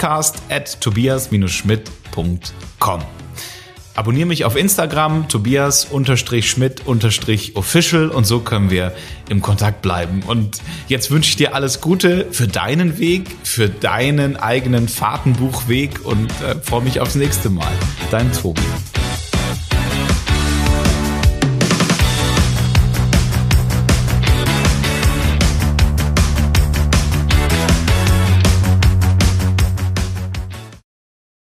podcast@tobias-schmidt.com. Abonniere mich auf Instagram, Tobias_Schmidt_official und so können wir im Kontakt bleiben. Und jetzt wünsche ich dir alles Gute für deinen Weg, für deinen eigenen Fahrtenbuchweg und freue mich aufs nächste Mal. Dein Tobi.